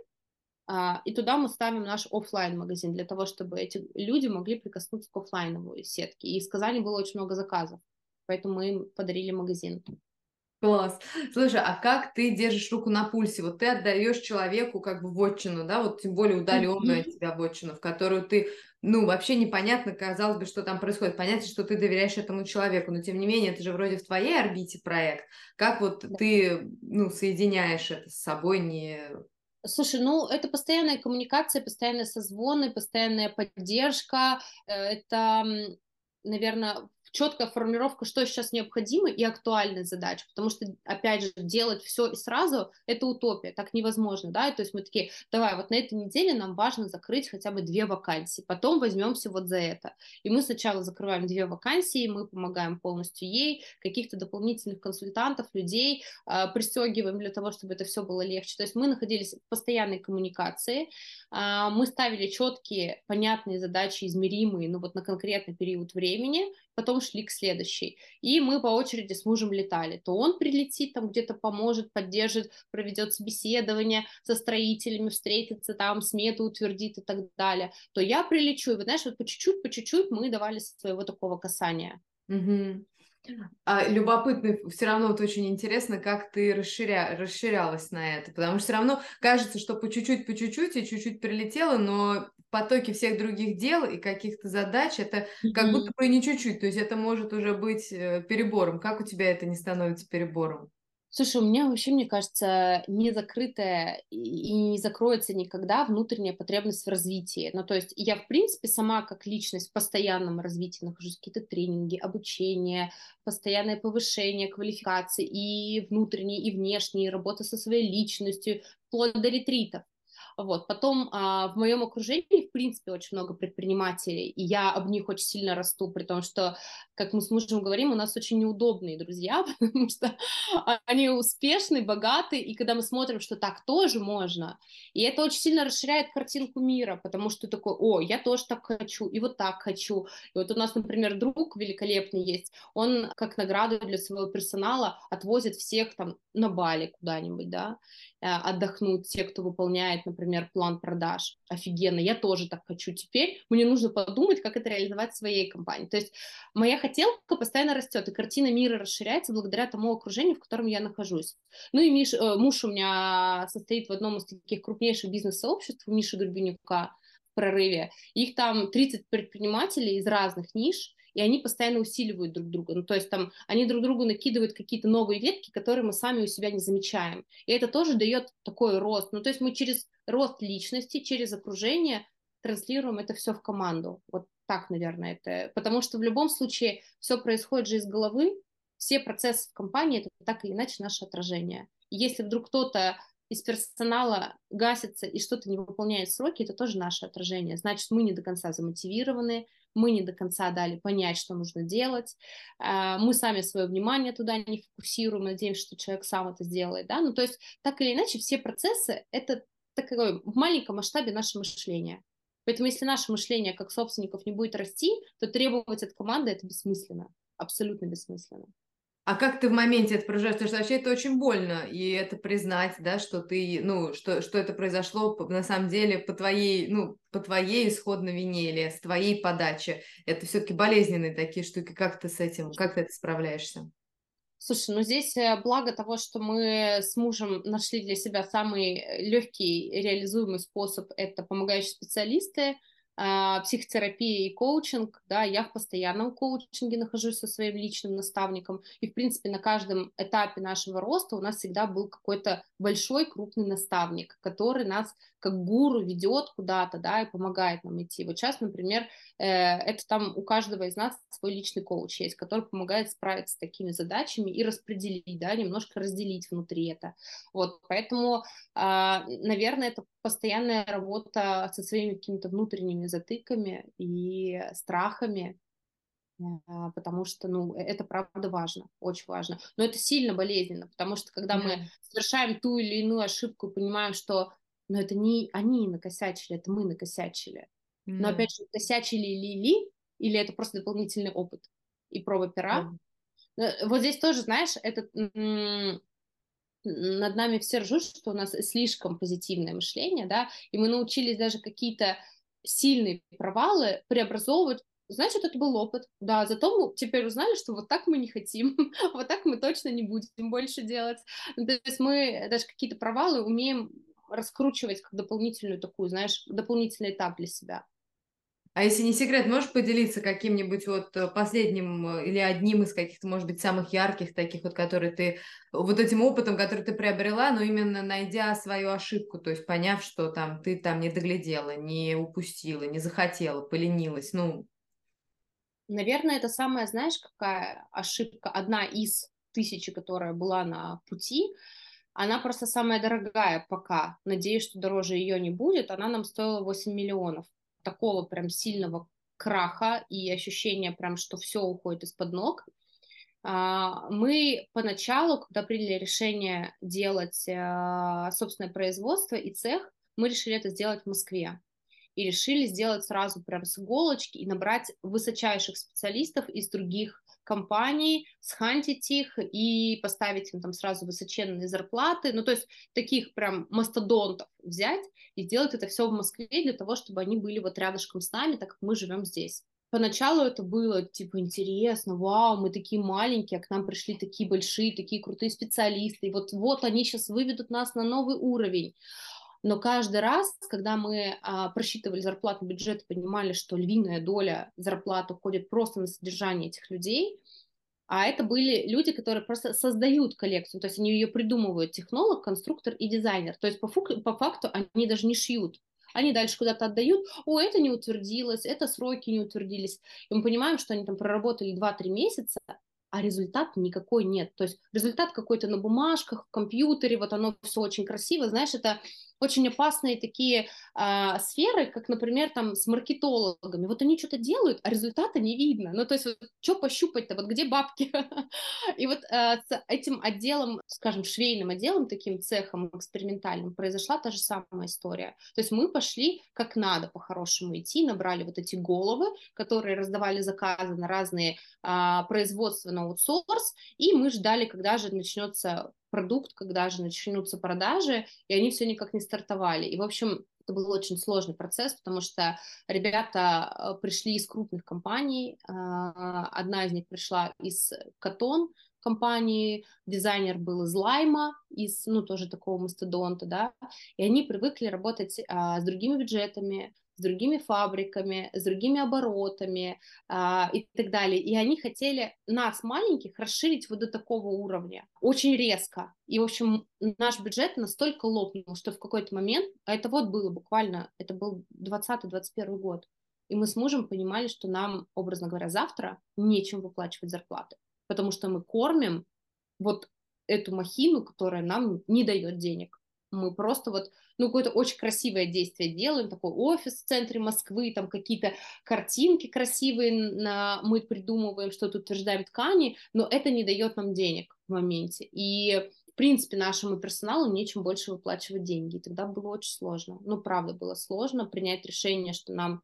и туда мы ставим наш офлайн магазин для того, чтобы эти люди могли прикоснуться к офлайновой сетке. И из Казани было очень много заказов, поэтому мы им подарили магазин. Класс. Слушай, а как ты держишь руку на пульсе? Вот ты отдаешь человеку как бы вотчину, да, вот тем более удаленную от тебя вотчину, в которую ты, ну, вообще непонятно, казалось бы, что там происходит. Понятно, что ты доверяешь этому человеку, но тем не менее, это же вроде в твоей орбите проект. Как вот ты, ну, соединяешь это с собой, не... Слушай, ну это постоянная коммуникация, постоянные созвоны, постоянная поддержка. Это, наверное, четкая формулировка, что сейчас необходимо и актуальная задача, потому что, опять же, делать все и сразу – это утопия, так невозможно, да, и то есть мы такие, давай, вот на этой неделе нам важно закрыть хотя бы 2 вакансии, потом возьмемся вот за это, и мы сначала закрываем 2 вакансии, мы помогаем полностью ей, каких-то дополнительных консультантов, людей пристегиваем для того, чтобы это все было легче, то есть мы находились в постоянной коммуникации, мы ставили четкие, понятные задачи, измеримые, ну вот на конкретный период времени, потом ушли к следующей. И мы по очереди с мужем летали. То он прилетит, там где-то поможет, поддержит, проведет собеседование со строителями, встретится там, смету утвердит и так далее. То я прилечу, и, вы знаешь, вот по чуть-чуть мы давали своего такого касания. Мгм. Любопытно, все равно вот очень интересно, как ты расширялась на это, потому что все равно кажется, что по чуть-чуть и чуть-чуть прилетело, но в потоке всех других дел и каких-то задач это как будто бы и не чуть-чуть, то есть это может уже быть перебором. Как у тебя это не становится перебором? Слушай, у меня вообще, мне кажется, не закрытая и не закроется никогда внутренняя потребность в развитии. Ну, то есть я, в принципе, сама как личность в постоянном развитии нахожусь, какие-то тренинги, обучение, постоянное повышение квалификации и внутренней, и внешней, и работа со своей личностью, вплоть до ретритов. Вот. Потом в моем окружении, в принципе, очень много предпринимателей, и я об них очень сильно расту, при том, что, как мы с мужем говорим, у нас очень неудобные друзья, потому что они успешны, богаты, и когда мы смотрим, что так тоже можно, и это очень сильно расширяет картинку мира, потому что ты такой, о, я тоже так хочу, и вот так хочу. И вот у нас, например, друг великолепный есть, он как награду для своего персонала отвозит всех там на Бали куда-нибудь, да, отдохнуть, те, кто выполняет, например, план продаж. Офигенно, я тоже так хочу теперь. Мне нужно подумать, как это реализовать в своей компании. То есть моя хотелка постоянно растет, и картина мира расширяется благодаря тому окружению, в котором я нахожусь. Ну и муж у меня состоит в одном из таких крупнейших бизнес-сообществ, у Миши Горбенюка в Прорыве. Их там 30 предпринимателей из разных ниш, и они постоянно усиливают друг друга. Ну, то есть там они друг другу накидывают какие-то новые ветки, которые мы сами у себя не замечаем. И это тоже дает такой рост. Ну, то есть мы через рост личности, через окружение транслируем это все в команду. Вот так, наверное, это. Потому что в любом случае все происходит же из головы, все процессы в компании — это так или иначе наше отражение. И если вдруг кто-то из персонала гасится и что-то не выполняет сроки, это тоже наше отражение. Значит, мы не до конца замотивированы, мы не до конца дали понять, что нужно делать, мы сами свое внимание туда не фокусируем, надеемся, что человек сам это сделает, да, ну, то есть, так или иначе, все процессы — это такое в маленьком масштабе наше мышление. Поэтому если наше мышление как собственников не будет расти, то требовать от команды — это бессмысленно, абсолютно бессмысленно. А как ты в моменте это проживаешь? Потому что вообще это очень больно, и это признать, да, что ты, ну, что это произошло на самом деле по твоей, ну, по твоей исходной вине или с твоей подачи. Это все-таки болезненные такие штуки. Как ты с этим, как ты это справляешься? Слушай, ну здесь благо того, что мы с мужем нашли для себя самый легкий реализуемый способ — это помогающие специалисты, психотерапия и коучинг, да, я в постоянном коучинге нахожусь со своим личным наставником, и, в принципе, на каждом этапе нашего роста у нас всегда был какой-то большой, крупный наставник, который нас как гуру ведет куда-то, да, и помогает нам идти. Вот сейчас, например, это там у каждого из нас свой личный коуч есть, который помогает справиться с такими задачами и распределить, да, немножко разделить внутри это. Вот, поэтому, наверное, это постоянная работа со своими какими-то внутренними затыками и страхами, потому что, ну, это правда важно, очень важно. Но это сильно болезненно, потому что когда мы Да. совершаем ту или иную ошибку и понимаем, что, ну, это не они накосячили, это мы накосячили. Но Да. опять же, накосячили или это просто дополнительный опыт и проба Да. пера. Вот здесь тоже, знаешь, над нами все ржут, что у нас слишком позитивное мышление, да, и мы научились даже какие-то сильные провалы преобразовывать. Значит, это был опыт. Да, зато мы теперь узнали, что вот так мы не хотим, вот так мы точно не будем больше делать. Ну, то есть мы даже какие-то провалы умеем раскручивать как дополнительную такую, знаешь, дополнительный этап для себя. А если не секрет, можешь поделиться каким-нибудь вот последним или одним из каких-то, может быть, самых ярких таких вот, которые ты, вот этим опытом, который ты приобрела, но именно найдя свою ошибку, то есть поняв, что там ты там не доглядела, не упустила, не захотела, поленилась, ну, Наверное, это самая, знаешь, какая ошибка, одна из тысячи, которая была на пути, она просто самая дорогая пока. Надеюсь, что дороже ее не будет. Она нам стоила 8 миллионов. Такого прям сильного краха и ощущения прям, что все уходит из-под ног. Мы поначалу, когда приняли решение делать собственное производство и цех, мы решили это сделать в Москве. и решили сделать сразу прям с иголочки и набрать высочайших специалистов из других компаний, схантить их и поставить им там сразу высоченные зарплаты, ну, то есть таких прям мастодонтов взять и сделать это все в Москве для того, чтобы они были вот рядышком с нами, так как мы живем здесь. Поначалу это было, типа, интересно, вау, мы такие маленькие, а к нам пришли такие большие, такие крутые специалисты, и вот они сейчас выведут нас на новый уровень. Но каждый раз, когда мы просчитывали зарплатный бюджет, понимали, что львиная доля зарплат уходит просто на содержание этих людей, а это были люди, которые просто создают коллекцию, то есть они ее придумывают, технолог, конструктор и дизайнер. То есть по факту они даже не шьют. Они дальше куда-то отдают, это не утвердилось, это сроки не утвердились. И мы понимаем, что они там проработали 2-3 месяца, а результата никакой нет. То есть результат какой-то на бумажках, в компьютере, вот оно все очень красиво. Знаешь, это очень опасные такие сферы, как, например, там с маркетологами. Вот они что-то делают, а результата не видно. Ну, то есть, вот, что пощупать-то, вот где бабки? И вот с этим отделом, скажем, швейным отделом, таким цехом экспериментальным, произошла та же самая история. То есть мы пошли как надо по-хорошему идти, набрали вот эти головы, которые раздавали заказы на разные производства на аутсорс, и мы ждали, когда же начнется продукт, когда же начнутся продажи, и они все никак не стартовали. И, в общем, это был очень сложный процесс, потому что ребята пришли из крупных компаний, одна из них пришла из Катон компании, дизайнер был из Лайма, из, ну, тоже такого мастодонта, да, и они привыкли работать с другими бюджетами, с другими фабриками, с другими оборотами и так далее. И они хотели нас, маленьких, расширить вот до такого уровня. Очень резко. И, в общем, наш бюджет настолько лопнул, что в какой-то момент, а это вот было буквально, это был 20-21 год, и мы с мужем понимали, что нам, образно говоря, завтра нечем выплачивать зарплаты, потому что мы кормим вот эту махину, которая нам не дает денег. Мы просто вот, ну, какое-то очень красивое действие делаем, такой офис в центре Москвы, там какие-то картинки красивые мы придумываем, что-то утверждаем ткани, но это не дает нам денег в моменте. И, в принципе, нашему персоналу нечем больше выплачивать деньги. И тогда было очень сложно. Ну, правда, было сложно принять решение, что нам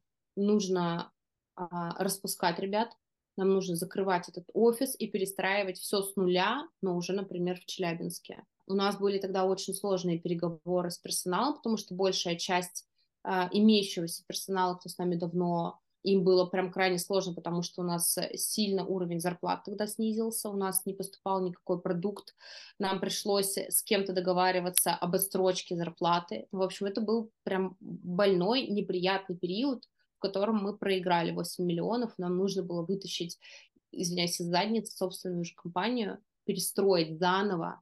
нужно распускать ребят, нам нужно закрывать этот офис и перестраивать все с нуля, но уже, например, в Челябинске. У нас были тогда очень сложные переговоры с персоналом, потому что большая часть имеющегося персонала, кто с нами давно, им было прям крайне сложно, потому что у нас сильно уровень зарплат тогда снизился, у нас не поступал никакой продукт, нам пришлось с кем-то договариваться об отсрочке зарплаты. В общем, это был прям больной, неприятный период, в котором мы проиграли 8 миллионов, нам нужно было вытащить, извиняюсь, из задницы собственную же компанию, перестроить заново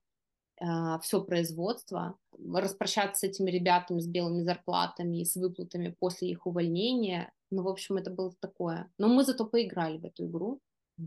все производство, распрощаться с этими ребятами с белыми зарплатами и с выплатами после их увольнения. Ну, в общем, это было такое. Но мы зато поиграли в эту игру.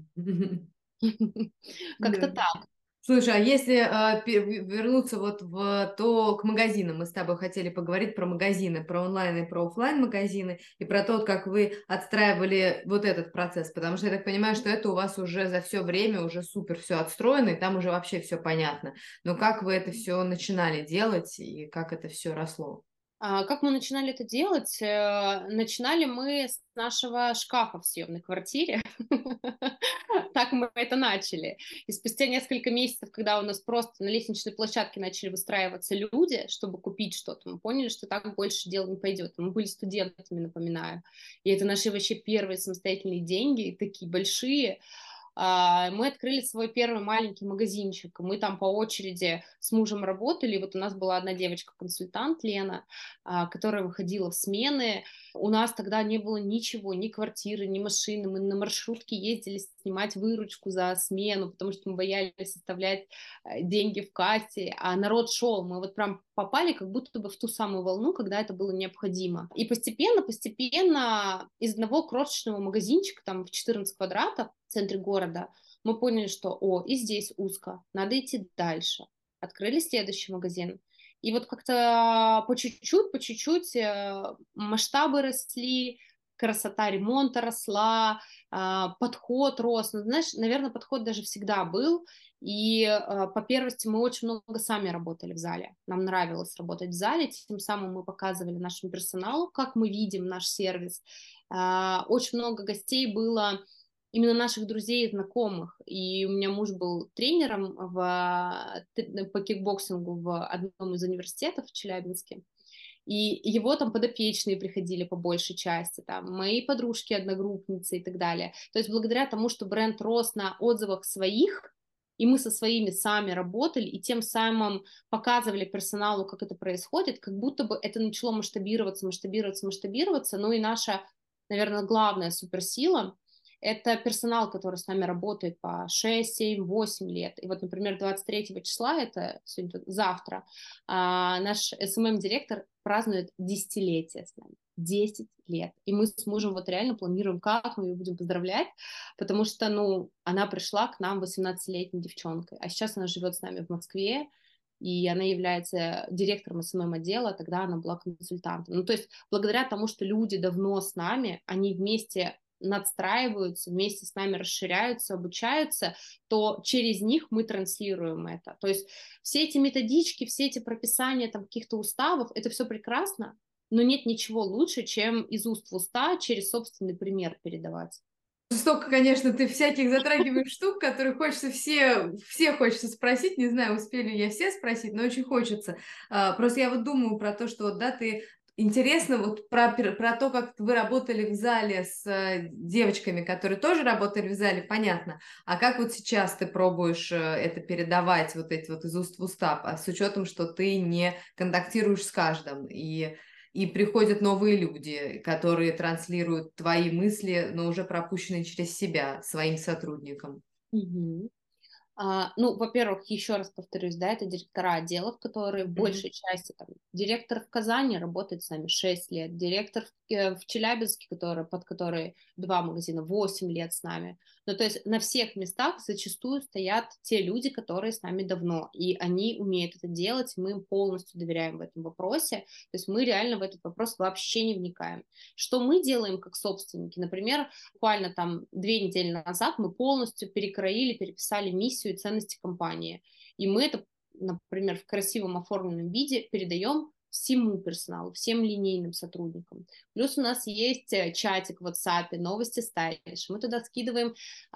Как-то Да. так. Слушай, а если вернуться вот к магазинам, мы с тобой хотели поговорить про магазины, про онлайн и про офлайн магазины, и про то, как вы отстраивали вот этот процесс, потому что я так понимаю, что это у вас уже за все время уже супер все отстроено, и там уже вообще все понятно. Но как вы это все начинали делать, и как это все росло? Как мы начинали это делать? Начинали мы с нашего шкафа в съемной квартире. Так мы это начали. И спустя несколько месяцев, когда у нас просто на лестничной площадке начали выстраиваться люди, чтобы купить что-то, мы поняли, что так больше дело не пойдет. Мы были студентами, напоминаю. И это наши вообще первые самостоятельные деньги, такие большие. Мы открыли свой первый маленький магазинчик. Мы там по очереди с мужем работали. Вот у нас была одна девочка-консультант, Лена, которая выходила в смены. У нас тогда не было ничего, ни квартиры, ни машины. Мы на маршрутке ездили снимать выручку за смену, потому что мы боялись оставлять деньги в кассе. А народ шел. Мы вот прям попали как будто бы в ту самую волну, когда это было необходимо. И постепенно из одного крошечного магазинчика там в 14 квадратов в центре города мы поняли, что и здесь узко, надо идти дальше. Открыли следующий магазин. И вот как-то по чуть-чуть масштабы росли, красота ремонта росла, подход рос. Ну, знаешь, наверное, подход даже всегда был. И по первости мы очень много сами работали в зале. Нам нравилось работать в зале, тем самым мы показывали нашему персоналу, как мы видим наш сервис. Очень много гостей было именно наших друзей и знакомых. И у меня муж был тренером по кикбоксингу в одном из университетов в Челябинске. И его там подопечные приходили по большей части, там, мои подружки, одногруппницы и так далее. То есть благодаря тому, что бренд рос на отзывах своих, и мы со своими сами работали, и тем самым показывали персоналу, как это происходит, как будто бы это начало масштабироваться, ну и наша, наверное, главная суперсила — это персонал, который с нами работает по 6, 7, 8 лет. И вот, например, 23 числа, это сегодня, завтра, наш SMM-директор празднует десятилетие с нами. 10 лет. И мы с мужем вот реально планируем, как мы ее будем поздравлять, потому что, ну, она пришла к нам 18-летней девчонкой, а сейчас она живет с нами в Москве, и она является директором СММ-отдела, тогда она была консультантом. Ну, то есть благодаря тому, что люди давно с нами, они вместе надстраиваются, вместе с нами расширяются, обучаются, то через них мы транслируем это. То есть все эти методички, все эти прописания там каких-то уставов, это все прекрасно, но нет ничего лучше, чем из уст в уста через собственный пример передавать. Столько, конечно, ты всяких затрагиваешь штук, которые хочется все хочется спросить. Не знаю, успели я все спросить, но очень хочется. Просто я вот думаю про то, что вот, да, ты интересно вот про то, как вы работали в зале с девочками, которые тоже работали в зале, понятно. А как вот сейчас ты пробуешь это передавать, вот эти вот из уст в уста, с учетом, что ты не контактируешь с каждым, и приходят новые люди, которые транслируют твои мысли, но уже пропущенные через себя своим сотрудникам. Мгм. Ну, во-первых, еще раз повторюсь, да, это директора отделов, которые в Мгм. большей части, там, директор в Казани работает с нами 6 лет, директор в Челябинске, под который 2 магазина, 8 лет с нами. Ну, то есть на всех местах зачастую стоят те люди, которые с нами давно, и они умеют это делать, мы им полностью доверяем в этом вопросе, то есть мы реально в этот вопрос вообще не вникаем. Что мы делаем как собственники? Например, буквально там 2 недели назад мы полностью перекроили, переписали миссию и ценности компании. И мы это, например, в красивом оформленном виде передаем всему персоналу, всем линейным сотрудникам. Плюс у нас есть чатик в WhatsApp, новости stylish. Мы туда скидываем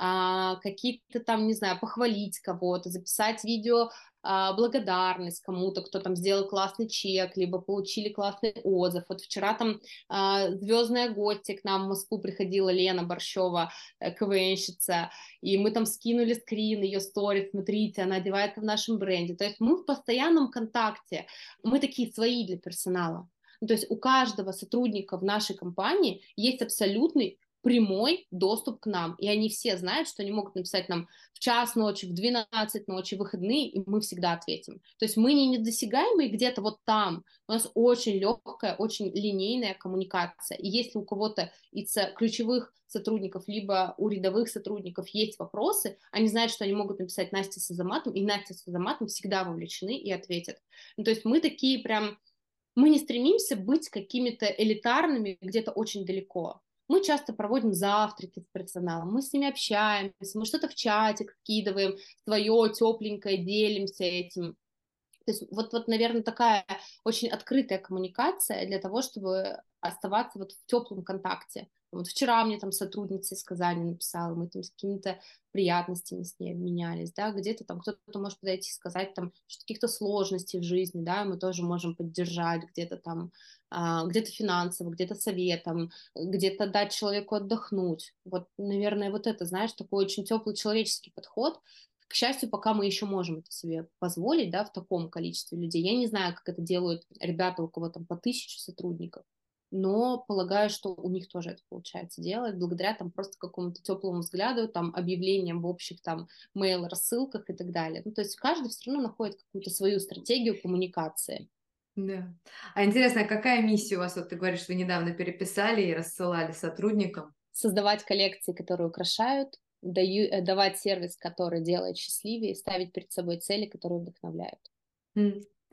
какие-то там, не знаю, похвалить кого-то, записать видео благодарность кому-то, кто там сделал классный чек, либо получили классный отзыв. Вот вчера там звездная гостья к нам в Москву приходила, Лена Борщева, КВНщица, и мы там скинули скрин ее сторис, смотрите, она одевается в нашем бренде. То есть мы в постоянном контакте, мы такие свои для персонала. Ну, то есть у каждого сотрудника в нашей компании есть абсолютный прямой доступ к нам, и они все знают, что они могут написать нам в час ночи, в 12 ночи, в выходные, и мы всегда ответим. То есть мы не недосягаемые где-то вот там, у нас очень легкая, очень линейная коммуникация, и если у кого-то из ключевых сотрудников, либо у рядовых сотрудников есть вопросы, они знают, что они могут написать Насте с Азаматом, и Настя с Азаматом всегда вовлечены и ответят. Ну, то есть мы такие прям, мы не стремимся быть какими-то элитарными где-то очень далеко. Мы часто проводим завтраки с персоналом, мы с ними общаемся, мы что-то в чатик скидываем, свое тепленькое, делимся этим. То есть вот, наверное, такая очень открытая коммуникация для того, чтобы оставаться вот в теплом контакте. Вот вчера мне там сотрудница из Казани написала, мы там с какими-то приятностями с ней обменялись, да, где-то там кто-то может подойти и сказать там, что каких-то сложностей в жизни, да, мы тоже можем поддержать, где-то там, где-то финансово, где-то советом, где-то дать человеку отдохнуть. Вот, наверное, вот это, знаешь, такой очень теплый человеческий подход. К счастью, пока мы еще можем это себе позволить, да, в таком количестве людей. Я не знаю, как это делают ребята, у кого там по 1000 сотрудников, но полагаю, что у них тоже это получается делать, благодаря там просто какому-то теплому взгляду, там, объявлениям в общих там мейл-рассылках и так далее. Ну, то есть каждый все равно находит какую-то свою стратегию коммуникации. Да. А интересно, а какая миссия у вас? Вот ты говоришь, что вы недавно переписали и рассылали сотрудникам. Создавать коллекции, которые украшают, давать сервис, который делает счастливее, ставить перед собой цели, которые вдохновляют.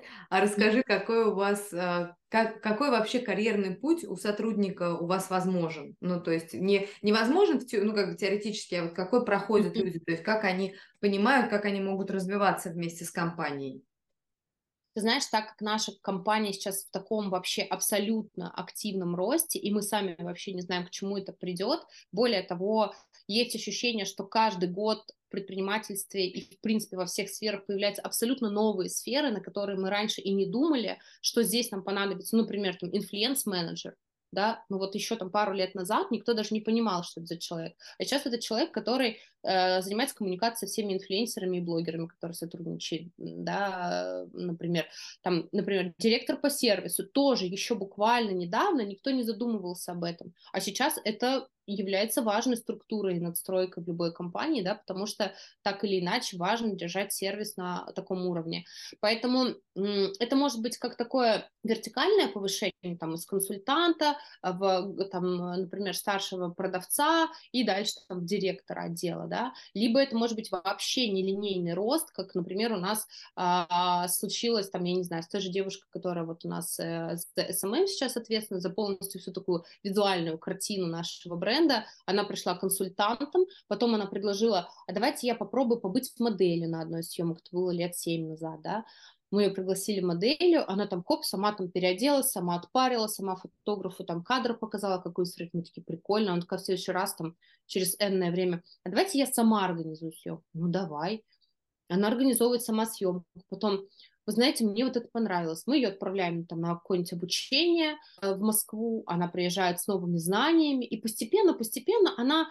А расскажи, какой у вас, какой вообще карьерный путь у сотрудника у вас возможен? Ну, то есть невозможен, ну, как бы теоретически, а вот какой проходят люди, то есть как они понимают, как они могут развиваться вместе с компанией? Ты знаешь, так как наша компания сейчас в таком вообще абсолютно активном росте, и мы сами вообще не знаем, к чему это придет, более того, есть ощущение, что каждый год в предпринимательстве и, в принципе, во всех сферах появляются абсолютно новые сферы, на которые мы раньше и не думали, что здесь нам понадобится, ну, например, там, инфлюенс-менеджер, да, ну вот еще там пару лет назад никто даже не понимал, что это за человек. А сейчас это человек, который занимается коммуникацией со всеми инфлюенсерами и блогерами, которые сотрудничают, да, например, там, например, директор по сервису тоже еще буквально недавно никто не задумывался об этом, а сейчас это является важной структурой и надстройкой в любой компании, да, потому что так или иначе важно держать сервис на таком уровне. Поэтому это может быть как такое вертикальное повышение там, из консультанта в, там, например, старшего продавца и дальше там, директора отдела, да, либо это может быть вообще нелинейный рост, как, например, у нас случилось, там, я не знаю, с той же девушкой, которая вот у нас с SMM сейчас ответственна за полностью всю такую визуальную картину нашего бренда, она пришла консультантом, потом она предложила, а давайте я попробую побыть моделью на одной из съемок, это было лет 7 назад, да, мы ее пригласили моделью, она там, хоп, сама там переоделась, сама отпарила, сама фотографу там кадр показала, какой срыв, мы такие, прикольно, он такой, в следующий раз там через энное время, а давайте я сама организую съемку, ну давай, она организовывает сама съемку, потом, вы знаете, мне вот это понравилось, мы ее отправляем там на какое-нибудь обучение в Москву, она приезжает с новыми знаниями, и постепенно она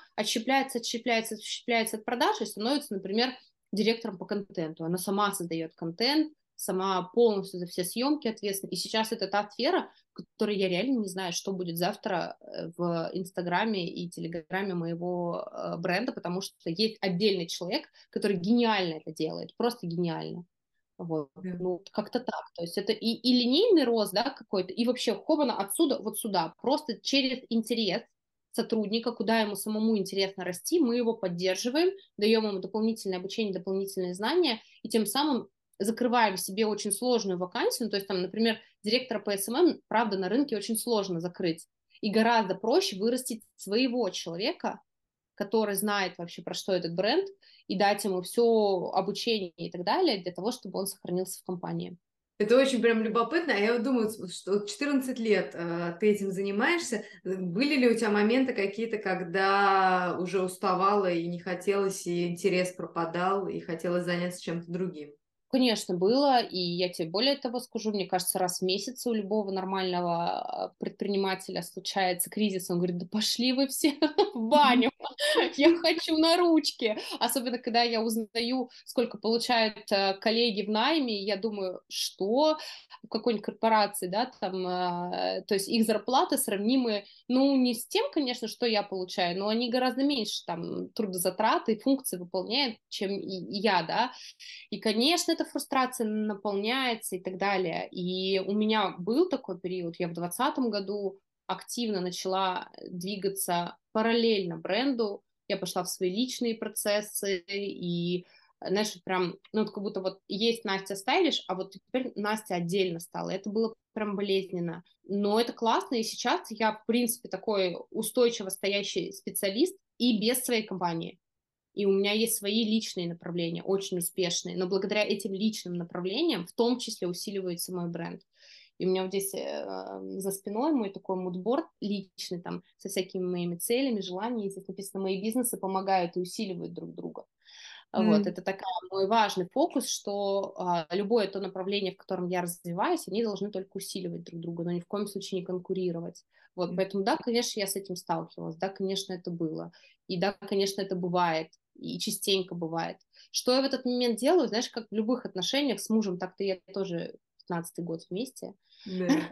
отщепляется от продаж и становится, например, директором по контенту, она сама создает контент, сама полностью за все съемки ответственна. И сейчас это та сфера, в которой я реально не знаю, что будет завтра в Инстаграме и Телеграме моего бренда, потому что есть отдельный человек, который гениально это делает, просто гениально. Вот. Да. Ну, как-то так. То есть это и линейный рост, да, какой-то, и вообще хобана отсюда вот сюда. Просто через интерес сотрудника, куда ему самому интересно расти, мы его поддерживаем, даем ему дополнительное обучение, дополнительные знания, и тем самым закрываем себе очень сложную вакансию. Ну, то есть, там, например, директора по СММ, правда, на рынке очень сложно закрыть. И гораздо проще вырастить своего человека, который знает вообще, про что этот бренд, и дать ему все обучение и так далее для того, чтобы он сохранился в компании. Это очень прям любопытно. А я вот думаю, что вот 14 лет ты этим занимаешься. Были ли у тебя моменты какие-то, когда уже уставала и не хотелось, и интерес пропадал, и хотелось заняться чем-то другим? Конечно, было, и я тебе более того скажу, мне кажется, раз в месяц у любого нормального предпринимателя случается кризис, он говорит, да пошли вы все в баню, я хочу на ручки. Особенно, когда я узнаю, сколько получают коллеги в найме, я думаю, что в какой-нибудь корпорации, да, там, то есть их зарплаты сравнимы, ну, не с тем, конечно, что я получаю, но они гораздо меньше там трудозатраты и функции выполняют, чем и я, да, и, конечно, эта фрустрация наполняется и так далее. И у меня был такой период, я в 2020 году активно начала двигаться параллельно бренду, я пошла в свои личные процессы, и, знаешь, прям, ну, вот как будто вот есть Настя Стайлиш, а вот теперь Настя отдельно стала. Это было прям болезненно. Но это классно, и сейчас я, в принципе, такой устойчиво стоящий специалист и без своей компании. И у меня есть свои личные направления, очень успешные, но благодаря этим личным направлениям в том числе усиливается мой бренд. И у меня вот здесь за спиной мой такой мудборд личный, там, со всякими моими целями, желаниями. Здесь написано, мои бизнесы помогают и усиливают друг друга. Вот, это такой мой важный фокус, что любое то направление, в котором я развиваюсь, они должны только усиливать друг друга, но ни в коем случае не конкурировать. Вот, поэтому, да, конечно, я с этим сталкивалась, да, конечно, это было. И да, конечно, это бывает, и частенько бывает. Что я в этот момент делаю, знаешь, как в любых отношениях с мужем, так-то я тоже 15-й год вместе. Да.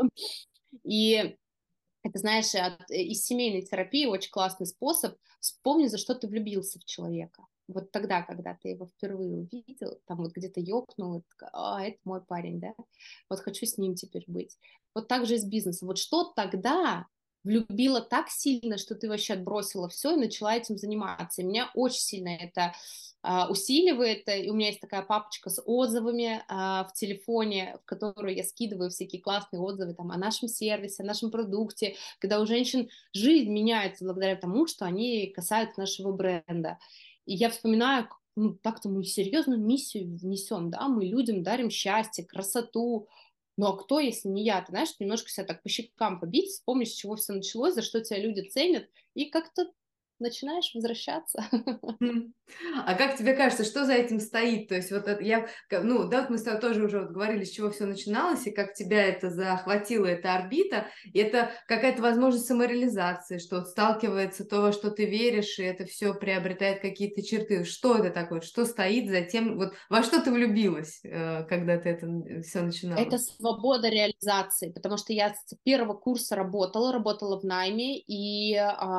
И это, знаешь, из семейной терапии очень классный способ вспомнить, за что ты влюбился в человека. Вот тогда, когда ты его впервые увидел, там вот где-то ёкнул, это мой парень, да, вот хочу с ним теперь быть. Вот так же и с бизнесом. Вот что тогда влюбила так сильно, что ты вообще отбросила все и начала этим заниматься. И меня очень сильно это усиливает. И у меня есть такая папочка с отзывами в телефоне, в которую я скидываю всякие классные отзывы там, о нашем сервисе, о нашем продукте, когда у женщин жизнь меняется благодаря тому, что они касаются нашего бренда. И я вспоминаю, ну, так-то мы серьезную миссию несем, да, мы людям дарим счастье, красоту. Ну а кто, если не я? Ты знаешь, немножко себя так по щекам побить, вспомнишь, с чего все началось, за что тебя люди ценят, и как-то начинаешь возвращаться. Мгм. А как тебе кажется, что за этим стоит? То есть вот это ну, да, вот мы с тобой тоже уже вот говорили, с чего все начиналось, и как тебя это захватила, эта орбита, и это какая-то возможность самореализации, что вот сталкивается то, во что ты веришь, и это все приобретает какие-то черты. Что это такое? Что стоит за тем, вот во что ты влюбилась, когда ты это все начинала? Это свобода реализации, потому что я с первого курса работала в найме, и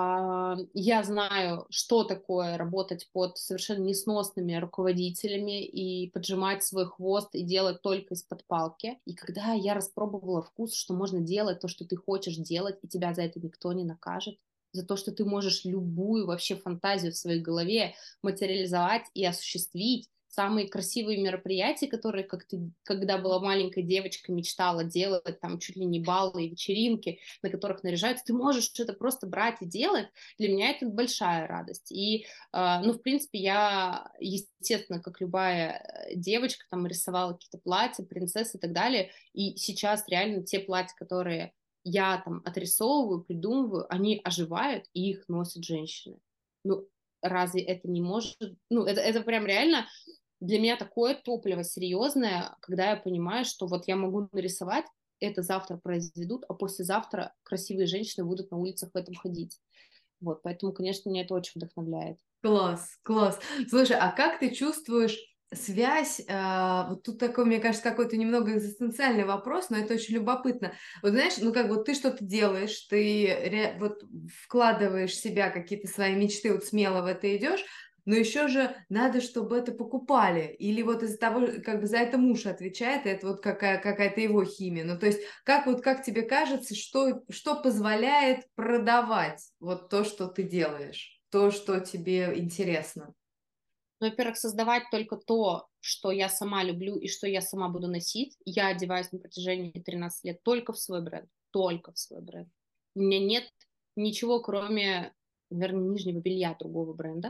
я знаю, что такое работать под совершенно несносными руководителями и поджимать свой хвост и делать только из-под палки. И когда я распробовала вкус, что можно делать то, что ты хочешь делать, и тебя за это никто не накажет, за то, что ты можешь любую вообще фантазию в своей голове материализовать и осуществить, самые красивые мероприятия, которые, как ты, когда была маленькой девочкой, мечтала делать, там чуть ли не баллы и вечеринки, на которых наряжаются, ты можешь это просто брать и делать. Для меня это большая радость. И, ну, в принципе, я, естественно, как любая девочка, там рисовала какие-то платья, принцессы и так далее. И сейчас реально те платья, которые я там отрисовываю, придумываю, они оживают, и их носят женщины. Ну, разве это не может... Ну, это прям реально для меня такое топливо серьезное, когда я понимаю, что вот я могу нарисовать, это завтра произведут, а послезавтра красивые женщины будут на улицах в этом ходить. Вот, поэтому, конечно, меня это очень вдохновляет. Класс, класс. Слушай, а как ты чувствуешь связь? Вот тут такой, мне кажется, какой-то немного экзистенциальный вопрос, но это очень любопытно. Вот знаешь, ну как вот ты что-то делаешь, ты вот вкладываешь в себя какие-то свои мечты, вот смело в это идешь, но еще же надо, чтобы это покупали. Или вот из-за того, как бы за это муж отвечает, и это вот какая-то его химия. Ну то есть как вот как тебе кажется, что позволяет продавать вот то, что ты делаешь? То, что тебе интересно. Ну, во-первых, создавать только то, что я сама люблю и что я сама буду носить. Я одеваюсь на протяжении 13 лет только в свой бренд. Только в свой бренд. У меня нет ничего, кроме, наверное, нижнего белья другого бренда.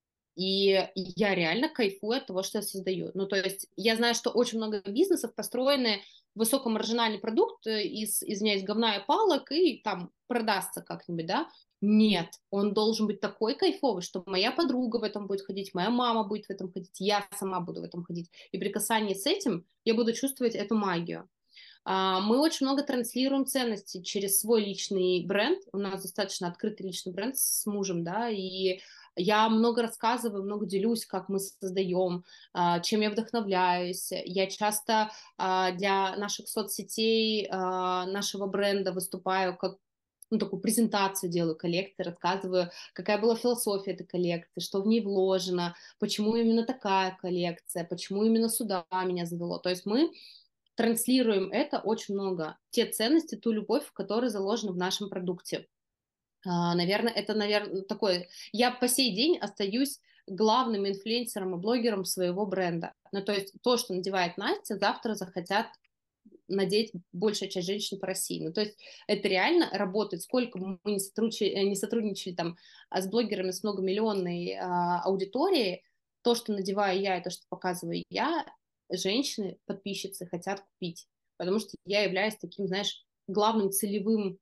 И я реально кайфую от того, что я создаю. Ну, то есть я знаю, что очень много бизнесов построены высокомаржинальный продукт из, извиняюсь, говна и палок, и там продастся как-нибудь, да? Нет, он должен быть такой кайфовый, что моя подруга в этом будет ходить, моя мама будет в этом ходить, я сама буду в этом ходить. И при касании с этим я буду чувствовать эту магию. Мы очень много транслируем ценности через свой личный бренд. У нас достаточно открытый личный бренд с мужем, да, и я много рассказываю, много делюсь, как мы создаем, чем я вдохновляюсь. Я часто для наших соцсетей, нашего бренда выступаю как ну, такую презентацию делаю коллекции, рассказываю, какая была философия этой коллекции, что в ней вложено, почему именно такая коллекция, почему именно сюда меня завело. То есть мы транслируем это очень много. Те ценности, ту любовь, которая заложена в нашем продукте. Наверное, это, наверное, такое... Я по сей день остаюсь главным инфлюенсером и блогером своего бренда. Ну, то есть то, что надевает Настя, завтра захотят надеть большая часть женщин по России. Ну, то есть это реально работает. Сколько мы не сотрудничали там с блогерами с многомиллионной аудиторией, то, что надеваю я, и то, что показываю я, женщины, подписчицы хотят купить. Потому что я являюсь таким, знаешь, главным целевым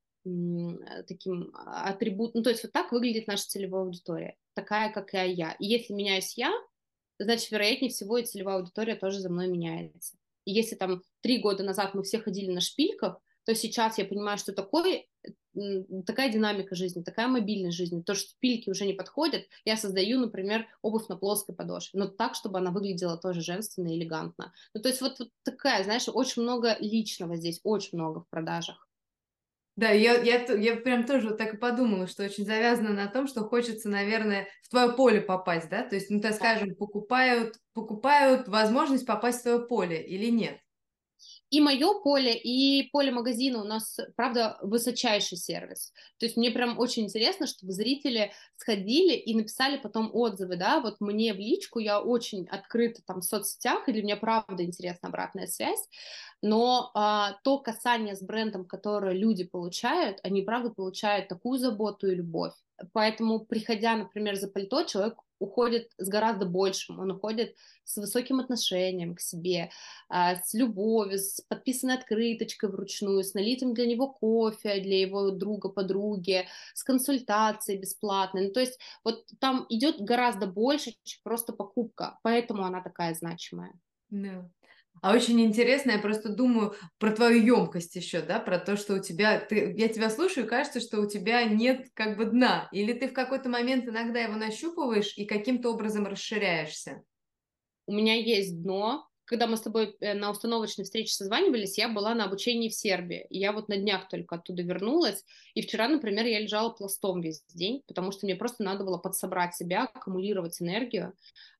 таким атрибутом. Ну, то есть вот так выглядит наша целевая аудитория. Такая, как и я. И если меняюсь я, значит, вероятнее всего, и целевая аудитория тоже за мной меняется. И если там 3 года назад мы все ходили на шпильках, то сейчас я понимаю, что такая динамика жизни, такая мобильность жизни, то, что шпильки уже не подходят, я создаю, например, обувь на плоской подошве, но так, чтобы она выглядела тоже женственно и элегантно. Ну, то есть вот такая, знаешь, очень много личного здесь, очень много в продажах. Да, я прям тоже вот так и подумала, что очень завязано на том, что хочется, наверное, в твое поле попасть, да? То есть, ну, так скажем, покупают возможность попасть в твое поле или нет? И мое поле, и поле магазина у нас, правда, высочайший сервис. То есть мне прям очень интересно, чтобы зрители сходили и написали потом отзывы, да, вот мне в личку, я очень открыта там в соцсетях, или мне правда интересна обратная связь, но то касание с брендом, которое люди получают, они правда получают такую заботу и любовь. Поэтому, приходя, например, за пальто, человек уходит с гораздо большим, он уходит с высоким отношением к себе, с любовью, с подписанной открыточкой вручную, с налитым для него кофе, для его друга, подруги, с консультацией бесплатной. Ну, то есть вот там идет гораздо больше, чем просто покупка, поэтому она такая значимая. Да. А очень интересно, я просто думаю про твою емкость еще, да, про то, что у тебя, я тебя слушаю, и кажется, что у тебя нет как бы дна, или ты в какой-то момент иногда его нащупываешь и каким-то образом расширяешься. У меня есть дно. Когда мы с тобой на установочной встрече созванивались, я была на обучении в Сербии. И я вот на днях только оттуда вернулась. И вчера, например, я лежала пластом весь день, потому что мне просто надо было подсобрать себя, аккумулировать энергию.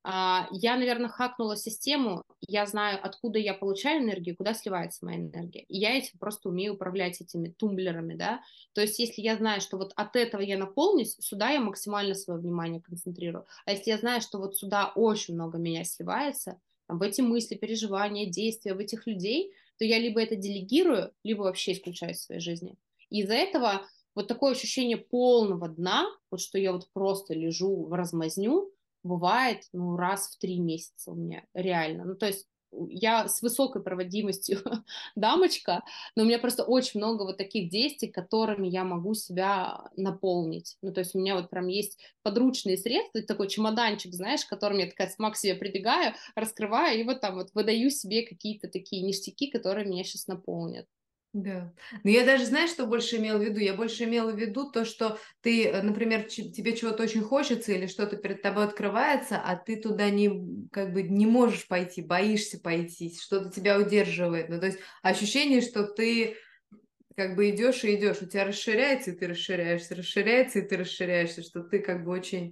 Я, наверное, хакнула систему. Я знаю, откуда я получаю энергию, куда сливается моя энергия. И я этим просто умею управлять этими тумблерами, да. То есть, если я знаю, что вот от этого я наполнюсь, сюда я максимально свое внимание концентрирую. А если я знаю, что вот сюда очень много меня сливается, там, в эти мысли, переживания, действия, в этих людей, то я либо это делегирую, либо вообще исключаю из своей жизни. И из-за этого вот такое ощущение полного дна, вот что я вот просто лежу в размазню, бывает, ну, раз в 3 месяца у меня, реально. Ну, то есть я с высокой проводимостью дамочка, но у меня просто очень много вот таких действий, которыми я могу себя наполнить. Ну, то есть у меня вот прям есть подручные средства, такой чемоданчик, знаешь, которым я такая сама к себе прибегаю, раскрываю и вот там вот выдаю себе какие-то такие ништяки, которые меня сейчас наполнят. Да. Но я даже, знаешь, что больше имела в виду? Я больше имела в виду то, что ты, например, тебе чего-то очень хочется или что-то перед тобой открывается, а ты туда не, как бы не можешь пойти, боишься пойти, что-то тебя удерживает. Ну, то есть ощущение, что ты как бы идешь и идешь, у тебя расширяется, и ты расширяешься, расширяется, и ты расширяешься, что ты как бы очень...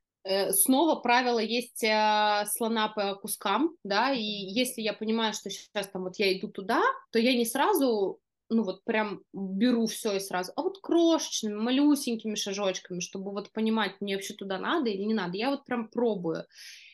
Снова правило есть слона по кускам, да, и если я понимаю, что сейчас там вот я иду туда, то я не сразу, ну вот прям беру все и сразу, а вот крошечными, малюсенькими шажочками, чтобы вот понимать, мне вообще туда надо или не надо, я вот прям пробую.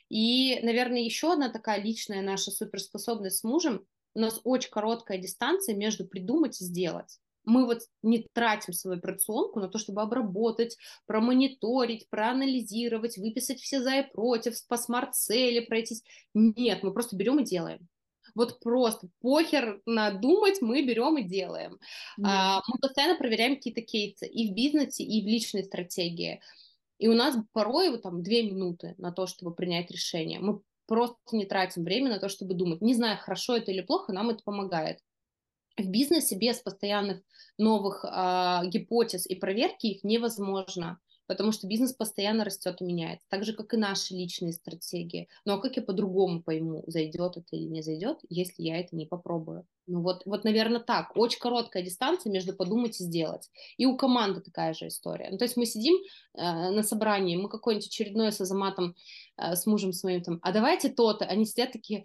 И, наверное, еще одна такая личная наша суперспособность с мужем, у нас очень короткая дистанция между придумать и сделать. Мы вот не тратим свою операционку на то, чтобы обработать, промониторить, проанализировать, выписать все за и против, по смарт-цели пройтись. Нет, мы просто берем и делаем. Вот просто похер надумать, мы берем и делаем. Да. Мы постоянно проверяем какие-то кейсы и в бизнесе, и в личной стратегии. И у нас порой вот там 2 минуты на то, чтобы принять решение. Мы просто не тратим время на то, чтобы думать. Не знаю, хорошо это или плохо, нам это помогает. В бизнесе без постоянных новых гипотез и проверки их невозможно, потому что бизнес постоянно растет и меняется, так же, как и наши личные стратегии. Ну а как я по-другому пойму, зайдет это или не зайдет, если я это не попробую? Ну вот, наверное, так. Очень короткая дистанция между подумать и сделать. И у команды такая же история. Ну, то есть мы сидим на собрании, мы какое-нибудь очередное с Азаматом, с мужем своим там, а давайте то-то. Они сидят такие,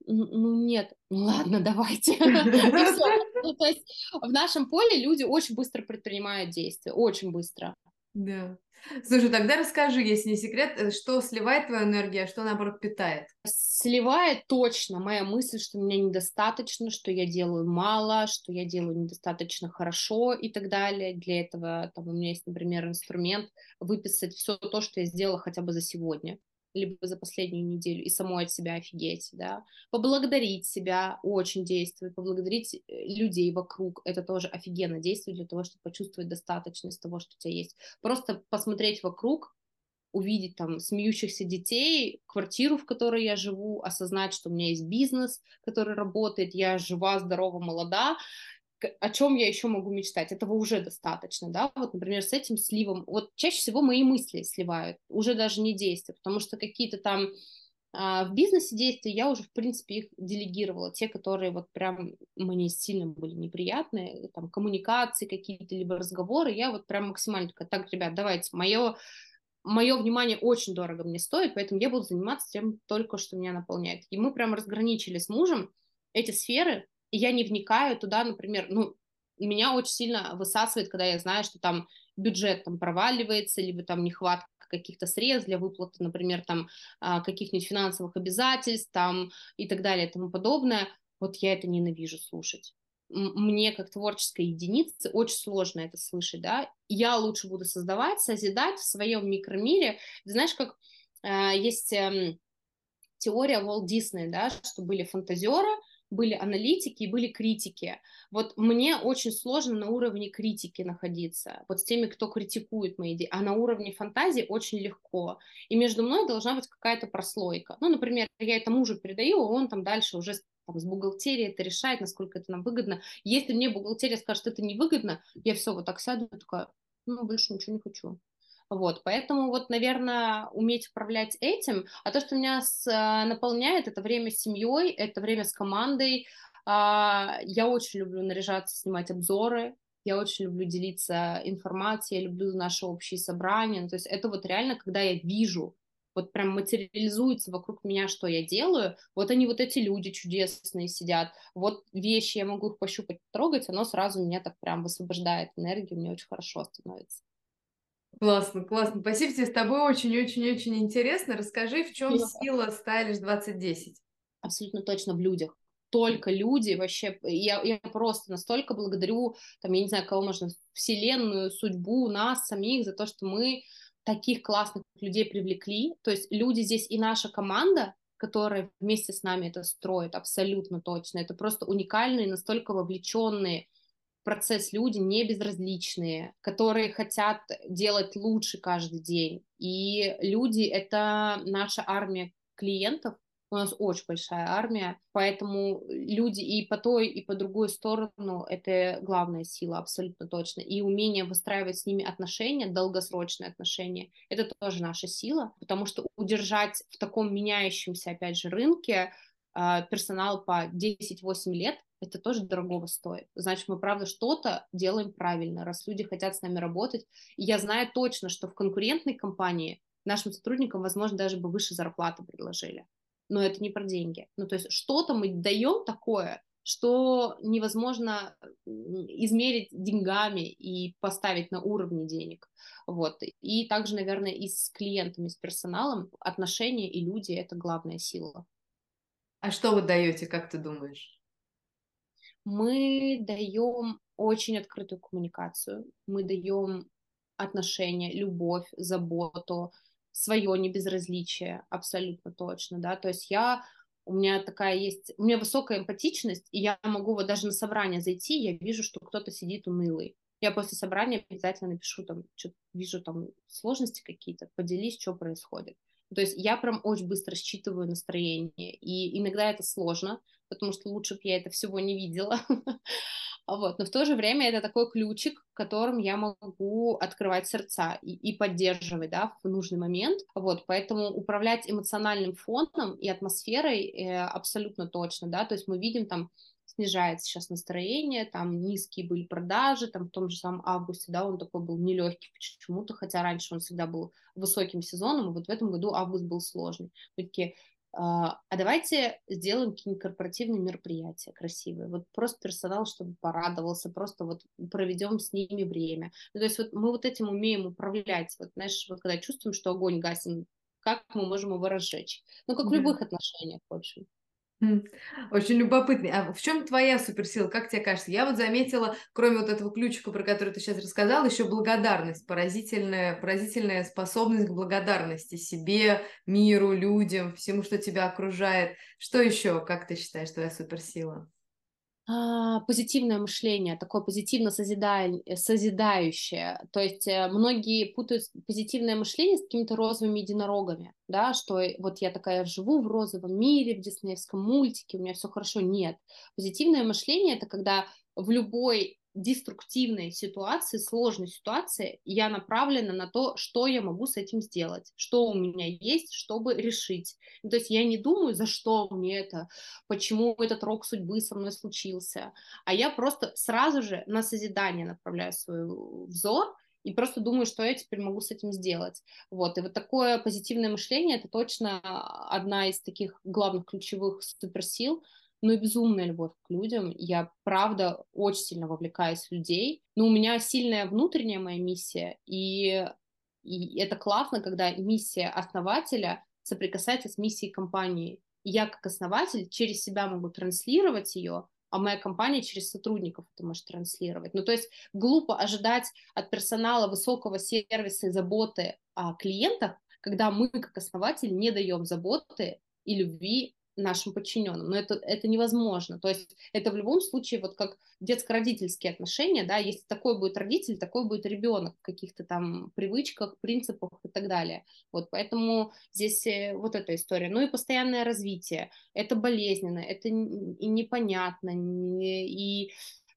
ну нет, ну ладно, давайте. И все. Ну, то есть в нашем поле люди очень быстро предпринимают действия, очень быстро. Да. Слушай, тогда расскажи, если не секрет, что сливает твою энергию, а что, наоборот, питает? Сливает точно моя мысль, что меня недостаточно, что я делаю мало, что я делаю недостаточно хорошо и так далее. Для этого там, у меня есть, например, инструмент выписать все то, что я сделала хотя бы за сегодня либо за последнюю неделю, и самой от себя офигеть, да. Поблагодарить себя очень действует, поблагодарить людей вокруг, это тоже офигенно действует для того, чтобы почувствовать достаточность того, что у тебя есть. Просто посмотреть вокруг, увидеть там смеющихся детей, квартиру, в которой я живу, осознать, что у меня есть бизнес, который работает, я жива, здорова, молода, о чем я еще могу мечтать? Этого уже достаточно, да, вот, например, с этим сливом, вот чаще всего мои мысли сливают, уже даже не действия, потому что какие-то там в бизнесе действия я уже, в принципе, их делегировала, те, которые вот прям мне сильно были неприятные, там, коммуникации какие-то, либо разговоры, я вот прям максимально такая, так, ребят, давайте, мое внимание очень дорого мне стоит, поэтому я буду заниматься тем только, что меня наполняет. И мы прям разграничили с мужем эти сферы, и я не вникаю туда, например, ну, меня очень сильно высасывает, когда я знаю, что там бюджет там проваливается, либо там нехватка каких-то средств для выплаты, например, там каких-нибудь финансовых обязательств там и так далее и тому подобное. Вот я это ненавижу слушать. Мне как творческой единице очень сложно это слышать, да. Я лучше буду создавать, созидать в своем микромире. Ты знаешь, как есть теория Walt Disney, да, что были фантазеры, были аналитики и были критики. Вот мне очень сложно на уровне критики находиться, вот с теми, кто критикует мои идеи, а на уровне фантазии очень легко. И между мной должна быть какая-то прослойка. Ну, например, я это мужу передаю, а он там дальше уже там, с бухгалтерией это решает, насколько это нам выгодно. Если мне бухгалтерия скажет, что это невыгодно, я все вот так сяду и такая, ну, больше ничего не хочу. Вот, поэтому вот, наверное, уметь управлять этим, а то, что меня наполняет, это время с семьей, это время с командой. Я очень люблю наряжаться, снимать обзоры, я очень люблю делиться информацией, я люблю наши общие собрания. Ну, то есть это вот реально, когда я вижу, вот прям материализуется вокруг меня, что я делаю, вот они, вот эти люди чудесные сидят, вот вещи, я могу их пощупать, трогать, оно сразу меня так прям высвобождает энергию, мне очень хорошо становится. Классно, классно. Спасибо тебе, с тобой очень-очень-очень интересно. Расскажи, в чем сила Stylish 2010? Абсолютно точно в людях. Только люди вообще, я просто настолько благодарю, там, я не знаю, кого можно, вселенную, судьбу, нас самих за то, что мы таких классных людей привлекли. То есть люди здесь и наша команда, которая вместе с нами это строит, абсолютно точно. Это просто уникальные, настолько вовлеченные в процесс люди, не безразличные, которые хотят делать лучше каждый день. И люди — это наша армия клиентов. У нас очень большая армия, поэтому люди и по той, и по другой сторону — это главная сила, абсолютно точно. И умение выстраивать с ними отношения, долгосрочные отношения, это тоже наша сила, потому что удержать в таком меняющемся, опять же, рынке персонал по 10-8 лет, это тоже дорогого стоит. Значит, мы, правда, что-то делаем правильно, раз люди хотят с нами работать. И я знаю точно, что в конкурентной компании нашим сотрудникам, возможно, даже бы выше зарплаты предложили. Но это не про деньги. Ну, то есть что-то мы даем такое, что невозможно измерить деньгами и поставить на уровне денег. Вот. И также, наверное, и с клиентами, с персоналом отношения и люди — это главная сила. А что вы даете, как ты думаешь? Мы даем очень открытую коммуникацию, мы даем отношения, любовь, заботу, свое небезразличие, абсолютно точно, да, то есть у меня такая есть, у меня высокая эмпатичность, и я могу вот даже на собрание зайти, я вижу, что кто-то сидит унылый. Я после собрания обязательно напишу там, что вижу там сложности какие-то, поделись, что происходит. То есть я прям очень быстро считываю настроение, и иногда это сложно, потому что лучше бы я это всего не видела. Вот. Но в то же время это такой ключик, которым я могу открывать сердца и поддерживать, да, в нужный момент. Вот. Поэтому управлять эмоциональным фоном и атмосферой абсолютно точно, да, то есть мы видим там, снижается сейчас настроение, там низкие были продажи, там в том же самом августе, да, он такой был нелегкий почему-то, хотя раньше он всегда был высоким сезоном, и вот в этом году август был сложный. Мы такие, а давайте сделаем какие-нибудь корпоративные мероприятия красивые. Вот просто персонал, чтобы порадовался, просто вот проведем с ними время. Ну, то есть вот мы вот этим умеем управлять. Вот, знаешь, вот когда чувствуем, что огонь гасен, как мы можем его разжечь? Ну, как в любых отношениях, в общем. М, Очень любопытный. А в чем твоя суперсила, как тебе кажется? Я вот заметила, кроме вот этого ключика, про который ты сейчас рассказал, еще благодарность, поразительная способность к благодарности себе, миру, людям, всему, что тебя окружает. Что еще, как ты считаешь, твоя суперсила? Позитивное мышление, такое созидающее. То есть многие путают позитивное мышление с какими-то розовыми единорогами, да, что вот я такая живу в розовом мире, в диснеевском мультике, у меня все хорошо. Нет. Позитивное мышление — это когда в любой деструктивной ситуации, сложной ситуации я направлена на то, что я могу с этим сделать, что у меня есть, чтобы решить. То есть я не думаю, за что мне это, почему этот рок судьбы со мной случился, а я просто сразу же на созидание направляю свой взор и просто думаю, что я теперь могу с этим сделать. Вот. И вот такое позитивное мышление — это точно одна из таких главных ключевых суперсил. но и безумная любовь к людям. Я, правда, очень сильно вовлекаюсь в людей. Но у меня сильная внутренняя моя миссия, и это классно, когда миссия основателя соприкасается с миссией компании. И я, как основатель, через себя могу транслировать ее, а моя компания через сотрудников это может транслировать. Ну, то есть глупо ожидать от персонала высокого сервиса и заботы о клиентах, когда мы, как основатель, не даем заботы и любви нашим подчиненным. Но это невозможно. То есть это в любом случае вот как детско-родительские отношения, да, если такой будет родитель, такой будет ребенок в каких-то там привычках, принципах и так далее. Вот поэтому здесь вот эта история. Ну и постоянное развитие. Это болезненно, это и непонятно, и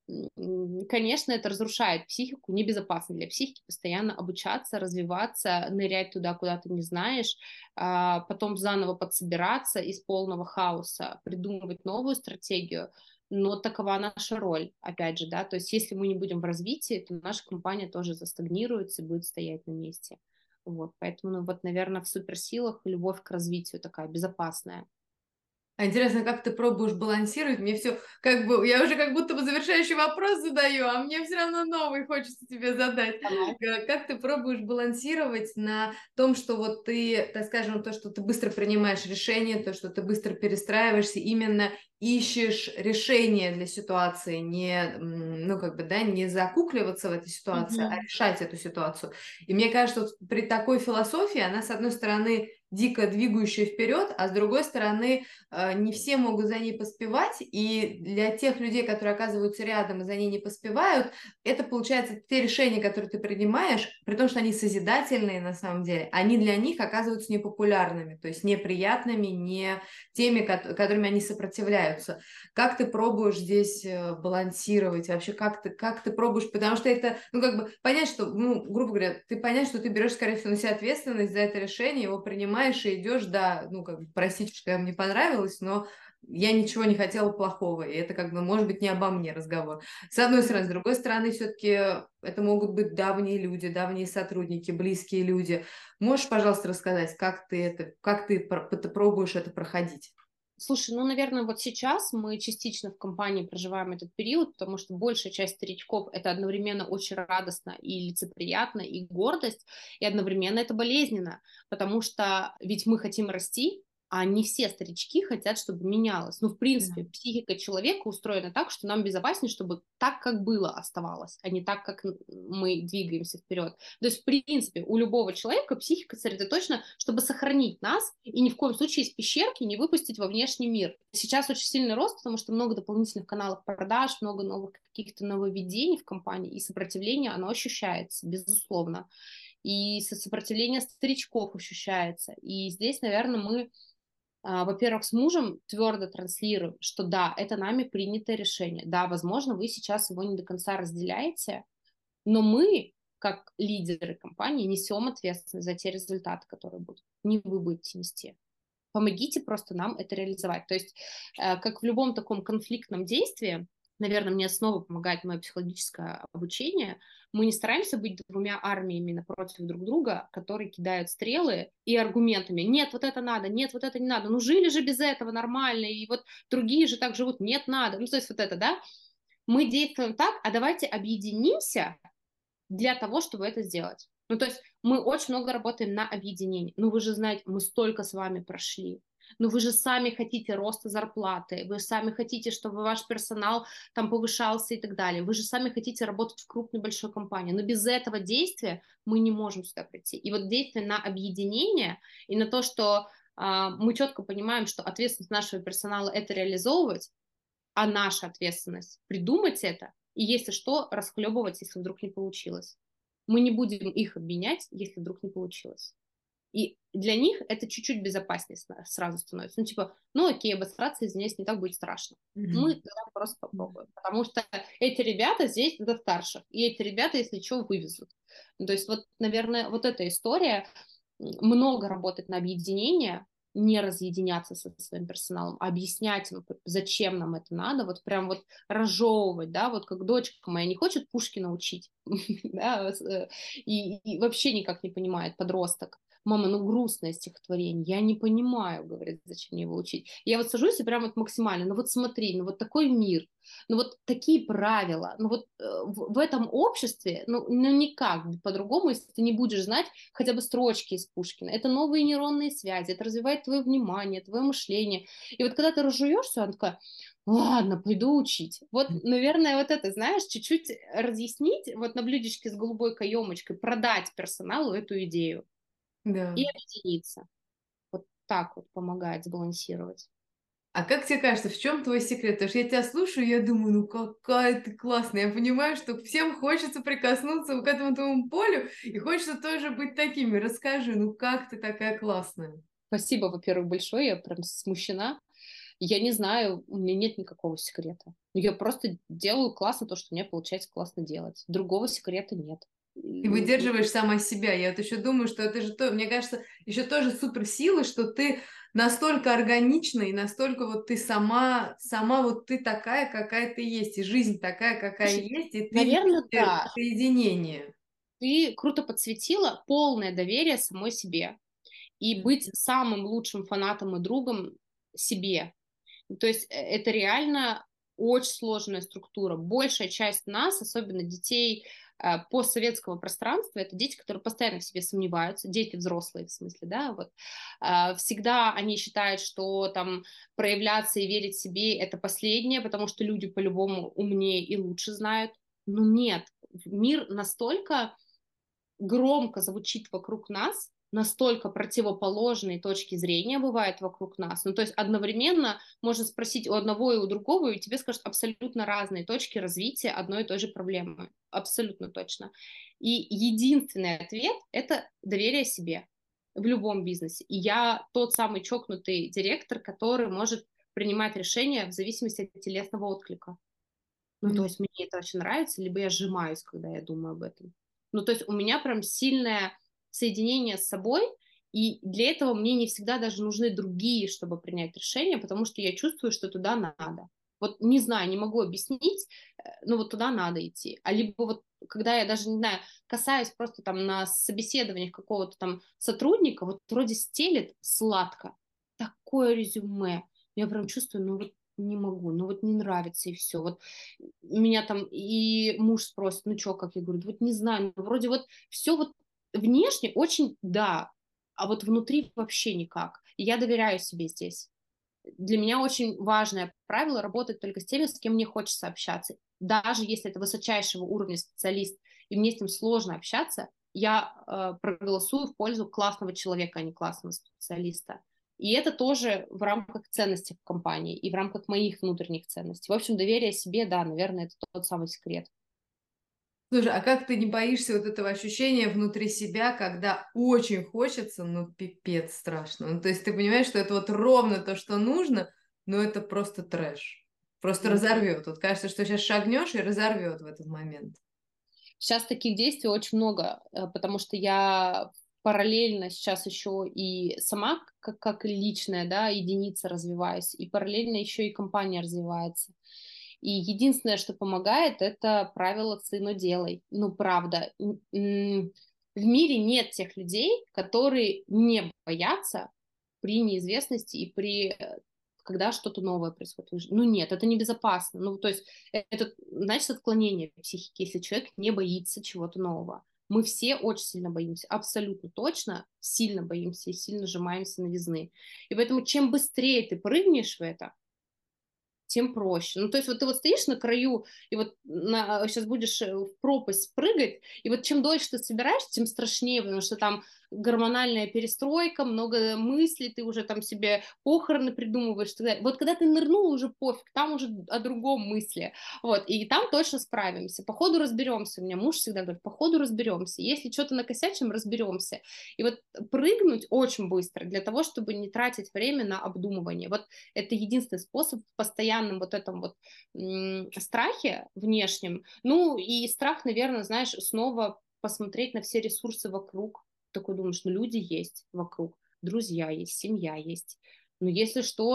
конечно, это разрушает психику, небезопасно для психики постоянно обучаться, развиваться, нырять туда, куда ты не знаешь, потом заново подсобираться из полного хаоса, придумывать новую стратегию. Но такова наша роль, опять же, да, то есть если мы не будем в развитии, то наша компания тоже застагнируется и будет стоять на месте. Вот, поэтому, ну, вот, наверное, в суперсилах любовь к развитию такая безопасная. А интересно, как ты пробуешь балансировать? Мне все как бы, я уже как будто бы завершающий вопрос задаю, а мне все равно новый хочется тебе задать. Давай. Как ты пробуешь балансировать на том, что вот ты, так скажем, то, что ты быстро принимаешь решения, то, что ты быстро перестраиваешься, именно ищешь решение для ситуации, не, ну, как бы, да, не закукливаться в этой ситуации, а Мгм. решать эту ситуацию. И мне кажется, вот при такой философии, она, с одной стороны, дико двигающая вперед, а с другой стороны, не все могут за ней поспевать, и для тех людей, которые оказываются рядом и за ней не поспевают, это, получается, те решения, которые ты принимаешь, при том, что они созидательные на самом деле, они для них оказываются непопулярными, то есть неприятными, не теми, которыми они сопротивляются. Как ты пробуешь здесь балансировать? Вообще, как ты пробуешь? Потому что это, ну, как бы понять, что, ну, грубо говоря, ты понять, что ты берешь, скорее всего, на себя ответственность за это решение, его принимаешь и идешь, да, ну, как бы, простите, что мне понравилось, но я ничего не хотела плохого, и это как бы может быть не обо мне разговор. С одной стороны, с другой стороны, все-таки это могут быть давние люди, давние сотрудники, близкие люди. Можешь, пожалуйста, рассказать, как ты пробуешь это проходить? Слушай, ну, наверное, вот сейчас мы частично в компании проживаем этот период, потому что большая часть старичков это одновременно очень радостно и лицеприятно, и гордость, и одновременно это болезненно, потому что ведь мы хотим расти, а не все старички хотят, чтобы менялось. Ну, в Да. принципе, психика человека устроена так, что нам безопаснее, чтобы так, как было, оставалось, а не так, как мы двигаемся вперед. То есть, в принципе, у любого человека психика сосредоточена, чтобы сохранить нас и ни в коем случае из пещерки не выпустить во внешний мир. Сейчас очень сильный рост, потому что много дополнительных каналов продаж, много новых каких-то нововведений в компании, и сопротивление, оно ощущается, безусловно. И сопротивление старичков ощущается. И здесь, наверное, мы во-первых, с мужем твердо транслируем, что да, это нами принятое решение. Да, возможно, вы сейчас его не до конца разделяете, но мы, как лидеры компании, несем ответственность за те результаты, которые будут. Не вы будете нести. Помогите просто нам это реализовать. То есть, как в любом таком конфликтном действии, наверное, мне снова помогает мое психологическое обучение, мы не стараемся быть двумя армиями напротив друг друга, которые кидают стрелы и аргументами. Нет, вот это надо, нет, вот это не надо. Ну, жили же без этого нормально, и вот другие же так живут, нет, надо. Ну, то есть вот это, да? Мы действуем так, а давайте объединимся для того, чтобы это сделать. Ну, то есть мы очень много работаем на объединении. Ну, вы же знаете, мы столько с вами прошли. Ну, вы же сами хотите роста зарплаты, вы сами хотите, чтобы ваш персонал там повышался и так далее. Вы же сами хотите работать в крупной большой компании. Но без этого действия мы не можем сюда прийти. И вот действие на объединение и на то, что мы четко понимаем, что ответственность нашего персонала это реализовывать, а наша ответственность придумать это, и если что, расхлебывать, если вдруг не получилось. Мы не будем их обвинять, если вдруг не получилось. И для них это чуть-чуть безопаснее сразу становится. Ну, типа, ну окей, обосраться, извиняюсь, не так будет страшно. Мы Мгм. тогда просто попробуем. Потому что эти ребята здесь до старших. И эти ребята, если что, вывезут. Ну, то есть вот, наверное, вот эта история, много работать на объединение, не разъединяться со своим персоналом, а объяснять им, зачем нам это надо, вот прям вот разжевывать, да, вот как дочка моя не хочет Пушкина учить, да, и вообще никак не понимает подросток, мама, ну грустное стихотворение, я не понимаю, говорит, зачем мне его учить. Я вот сажусь и прям вот максимально, ну вот смотри, ну вот такой мир, ну вот такие правила, ну вот в этом обществе, ну никак по-другому, если ты не будешь знать хотя бы строчки из Пушкина. Это новые нейронные связи, это развивает твое внимание, твое мышление. И вот когда ты разжуешься, она такая, ладно, пойду учить. Вот, наверное, вот это, знаешь, чуть-чуть разъяснить, вот на блюдечке с голубой каемочкой, продать персоналу эту идею Да. и объединиться. Вот так вот помогает сбалансировать. А как тебе кажется, в чем твой секрет? Потому что я тебя слушаю, и я думаю, ну какая ты классная. Я понимаю, что всем хочется прикоснуться к этому твоему полю, и хочется тоже быть такими. Расскажи, ну как ты такая классная? Спасибо, во-первых, большое, я прям смущена. Я не знаю, у меня нет никакого секрета. Я просто делаю классно то, что у меня получается классно делать. Другого секрета нет. Ты выдерживаешь сама себя. Я вот еще думаю, что это же то, мне кажется, еще тоже суперсила, что ты настолько органична и настолько вот ты сама вот ты такая, какая ты есть, и жизнь такая, какая Слушай, есть, и ты наверное, вместе да. соединение. Ты круто подсветила полное доверие самой себе и быть самым лучшим фанатом и другом себе. То есть это реально очень сложная структура. Большая часть нас, особенно детей постсоветского пространства, это дети, которые постоянно в себе сомневаются, дети взрослые в смысле, да, вот. Всегда они считают, что там проявляться и верить себе это последнее, потому что люди по-любому умнее и лучше знают. Но нет, мир настолько громко звучит вокруг нас, настолько противоположные точки зрения бывают вокруг нас. Ну, то есть одновременно можно спросить у одного и у другого, и тебе скажут абсолютно разные точки развития одной и той же проблемы. Абсолютно точно. И единственный ответ — это доверие себе в любом бизнесе. И я тот самый чокнутый директор, который может принимать решения в зависимости от телесного отклика. Ну, то М. есть мне это очень нравится, либо я сжимаюсь, когда я думаю об этом. Ну, то есть у меня прям сильное соединение с собой, и для этого мне не всегда даже нужны другие, чтобы принять решение, потому что я чувствую, что туда надо. Вот не знаю, не могу объяснить, но вот туда надо идти. А либо вот когда я даже, не знаю, касаюсь просто там на собеседованиях какого-то там сотрудника, вот вроде стелет сладко, такое резюме, я прям чувствую, ну вот не могу, ну вот не нравится и все. Вот меня там и муж спросит, ну что, как я говорю, вот не знаю, ну, вроде вот все вот внешне очень, да, а вот внутри вообще никак. И я доверяю себе здесь. Для меня очень важное правило — работать только с теми, с кем мне хочется общаться. Даже если это высочайшего уровня специалист, и мне с ним сложно общаться, я проголосую в пользу классного человека, а не классного специалиста. И это тоже в рамках ценностей в компании и в рамках моих внутренних ценностей. В общем, доверие себе, да, наверное, это тот самый секрет. Слушай, а как ты не боишься вот этого ощущения внутри себя, когда очень хочется, ну пипец страшно. Ну, то есть ты понимаешь, что это вот ровно то, что нужно, но это просто трэш. Просто разорвет. Вот кажется, что сейчас шагнешь и разорвет в этот момент. Сейчас таких действий очень много, потому что я параллельно сейчас еще и сама как личная, да, единица развиваюсь, и параллельно еще и компания развивается. И единственное, что помогает, это правило «сыну делай». Ну, правда, в мире нет тех людей, которые не боятся при неизвестности и при когда что-то новое происходит. Ну нет, это небезопасно. Ну, то есть это, значит, отклонение психики, если человек не боится чего-то нового. Мы все очень сильно боимся, абсолютно точно сильно боимся и сильно сжимаемся новизны. И поэтому чем быстрее ты прыгнешь в это, тем проще. Ну, то есть вот ты вот стоишь на краю, и вот сейчас будешь в пропасть прыгать, и вот чем дольше ты собираешь, тем страшнее, потому что там гормональная перестройка, много мыслей, ты уже там себе похороны придумываешь и так далее. Вот когда ты нырнул, уже пофиг, там уже о другом мысли. Вот, и там точно справимся. По ходу разберемся. У меня муж всегда говорит, по ходу разберемся. Если что-то накосячим, разберемся. И вот прыгнуть очень быстро для того, чтобы не тратить время на обдумывание. Вот это единственный способ в постоянном вот этом вот страхе внешнем. Ну и страх, наверное, знаешь, снова посмотреть на все ресурсы вокруг. Такой думаешь, ну люди есть вокруг, друзья есть, семья есть. Но если что,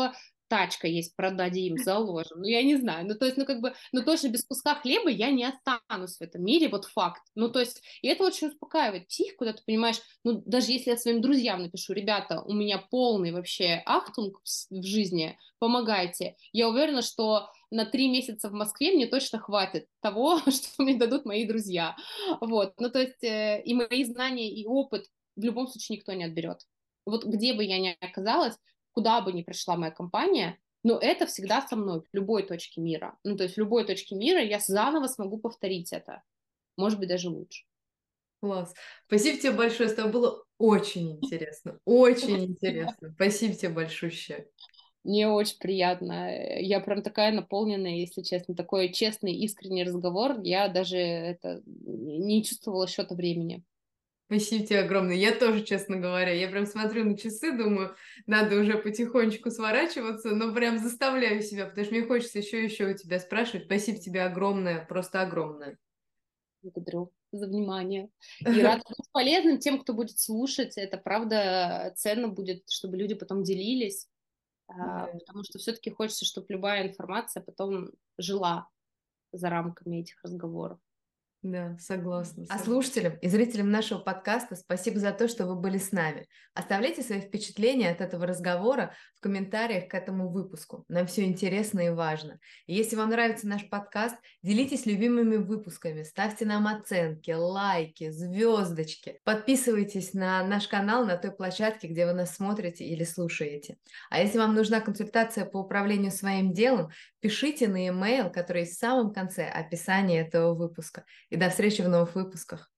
тачка есть, продадим, заложим. Ну, я не знаю. Ну, то есть, точно без куска хлеба я не останусь в этом мире, вот факт. Ну, то есть, и это очень успокаивает психику, когда ты понимаешь, ну, даже если я своим друзьям напишу, ребята, у меня полный вообще ахтунг в жизни, помогайте. Я уверена, что на 3 месяца в Москве мне точно хватит того, что мне дадут мои друзья. Вот, ну, то есть, и мои знания, и опыт в любом случае никто не отберет. Вот где бы я ни оказалась, куда бы ни пришла моя компания, но это всегда со мной в любой точке мира. Ну, то есть в любой точке мира я заново смогу повторить это. Может быть, даже лучше. Класс. Спасибо тебе большое, с тобой было очень интересно, очень интересно. Спасибо тебе большое. Мне очень приятно. Я прям такая наполненная, если честно. Такой честный, искренний разговор. Я даже это не чувствовала счета времени. Спасибо тебе огромное. Я тоже, честно говоря, я прям смотрю на часы, думаю, надо уже потихонечку сворачиваться, но прям заставляю себя, потому что мне хочется еще у тебя спрашивать. Спасибо тебе огромное, просто огромное. Благодарю за внимание. И рада быть полезным тем, кто будет слушать. Это правда ценно будет, чтобы люди потом делились. Да. Потому что все-таки хочется, чтобы любая информация потом жила за рамками этих разговоров. Да, согласна. А слушателям и зрителям нашего подкаста спасибо за то, что вы были с нами. Оставляйте свои впечатления от этого разговора в комментариях к этому выпуску. Нам все интересно и важно. И если вам нравится наш подкаст, делитесь любимыми выпусками, ставьте нам оценки, лайки, звездочки. Подписывайтесь на наш канал на той площадке, где вы нас смотрите или слушаете. А если вам нужна консультация по управлению своим делом, пишите на e-mail, который есть в самом конце описания этого выпуска. И до встречи в новых выпусках.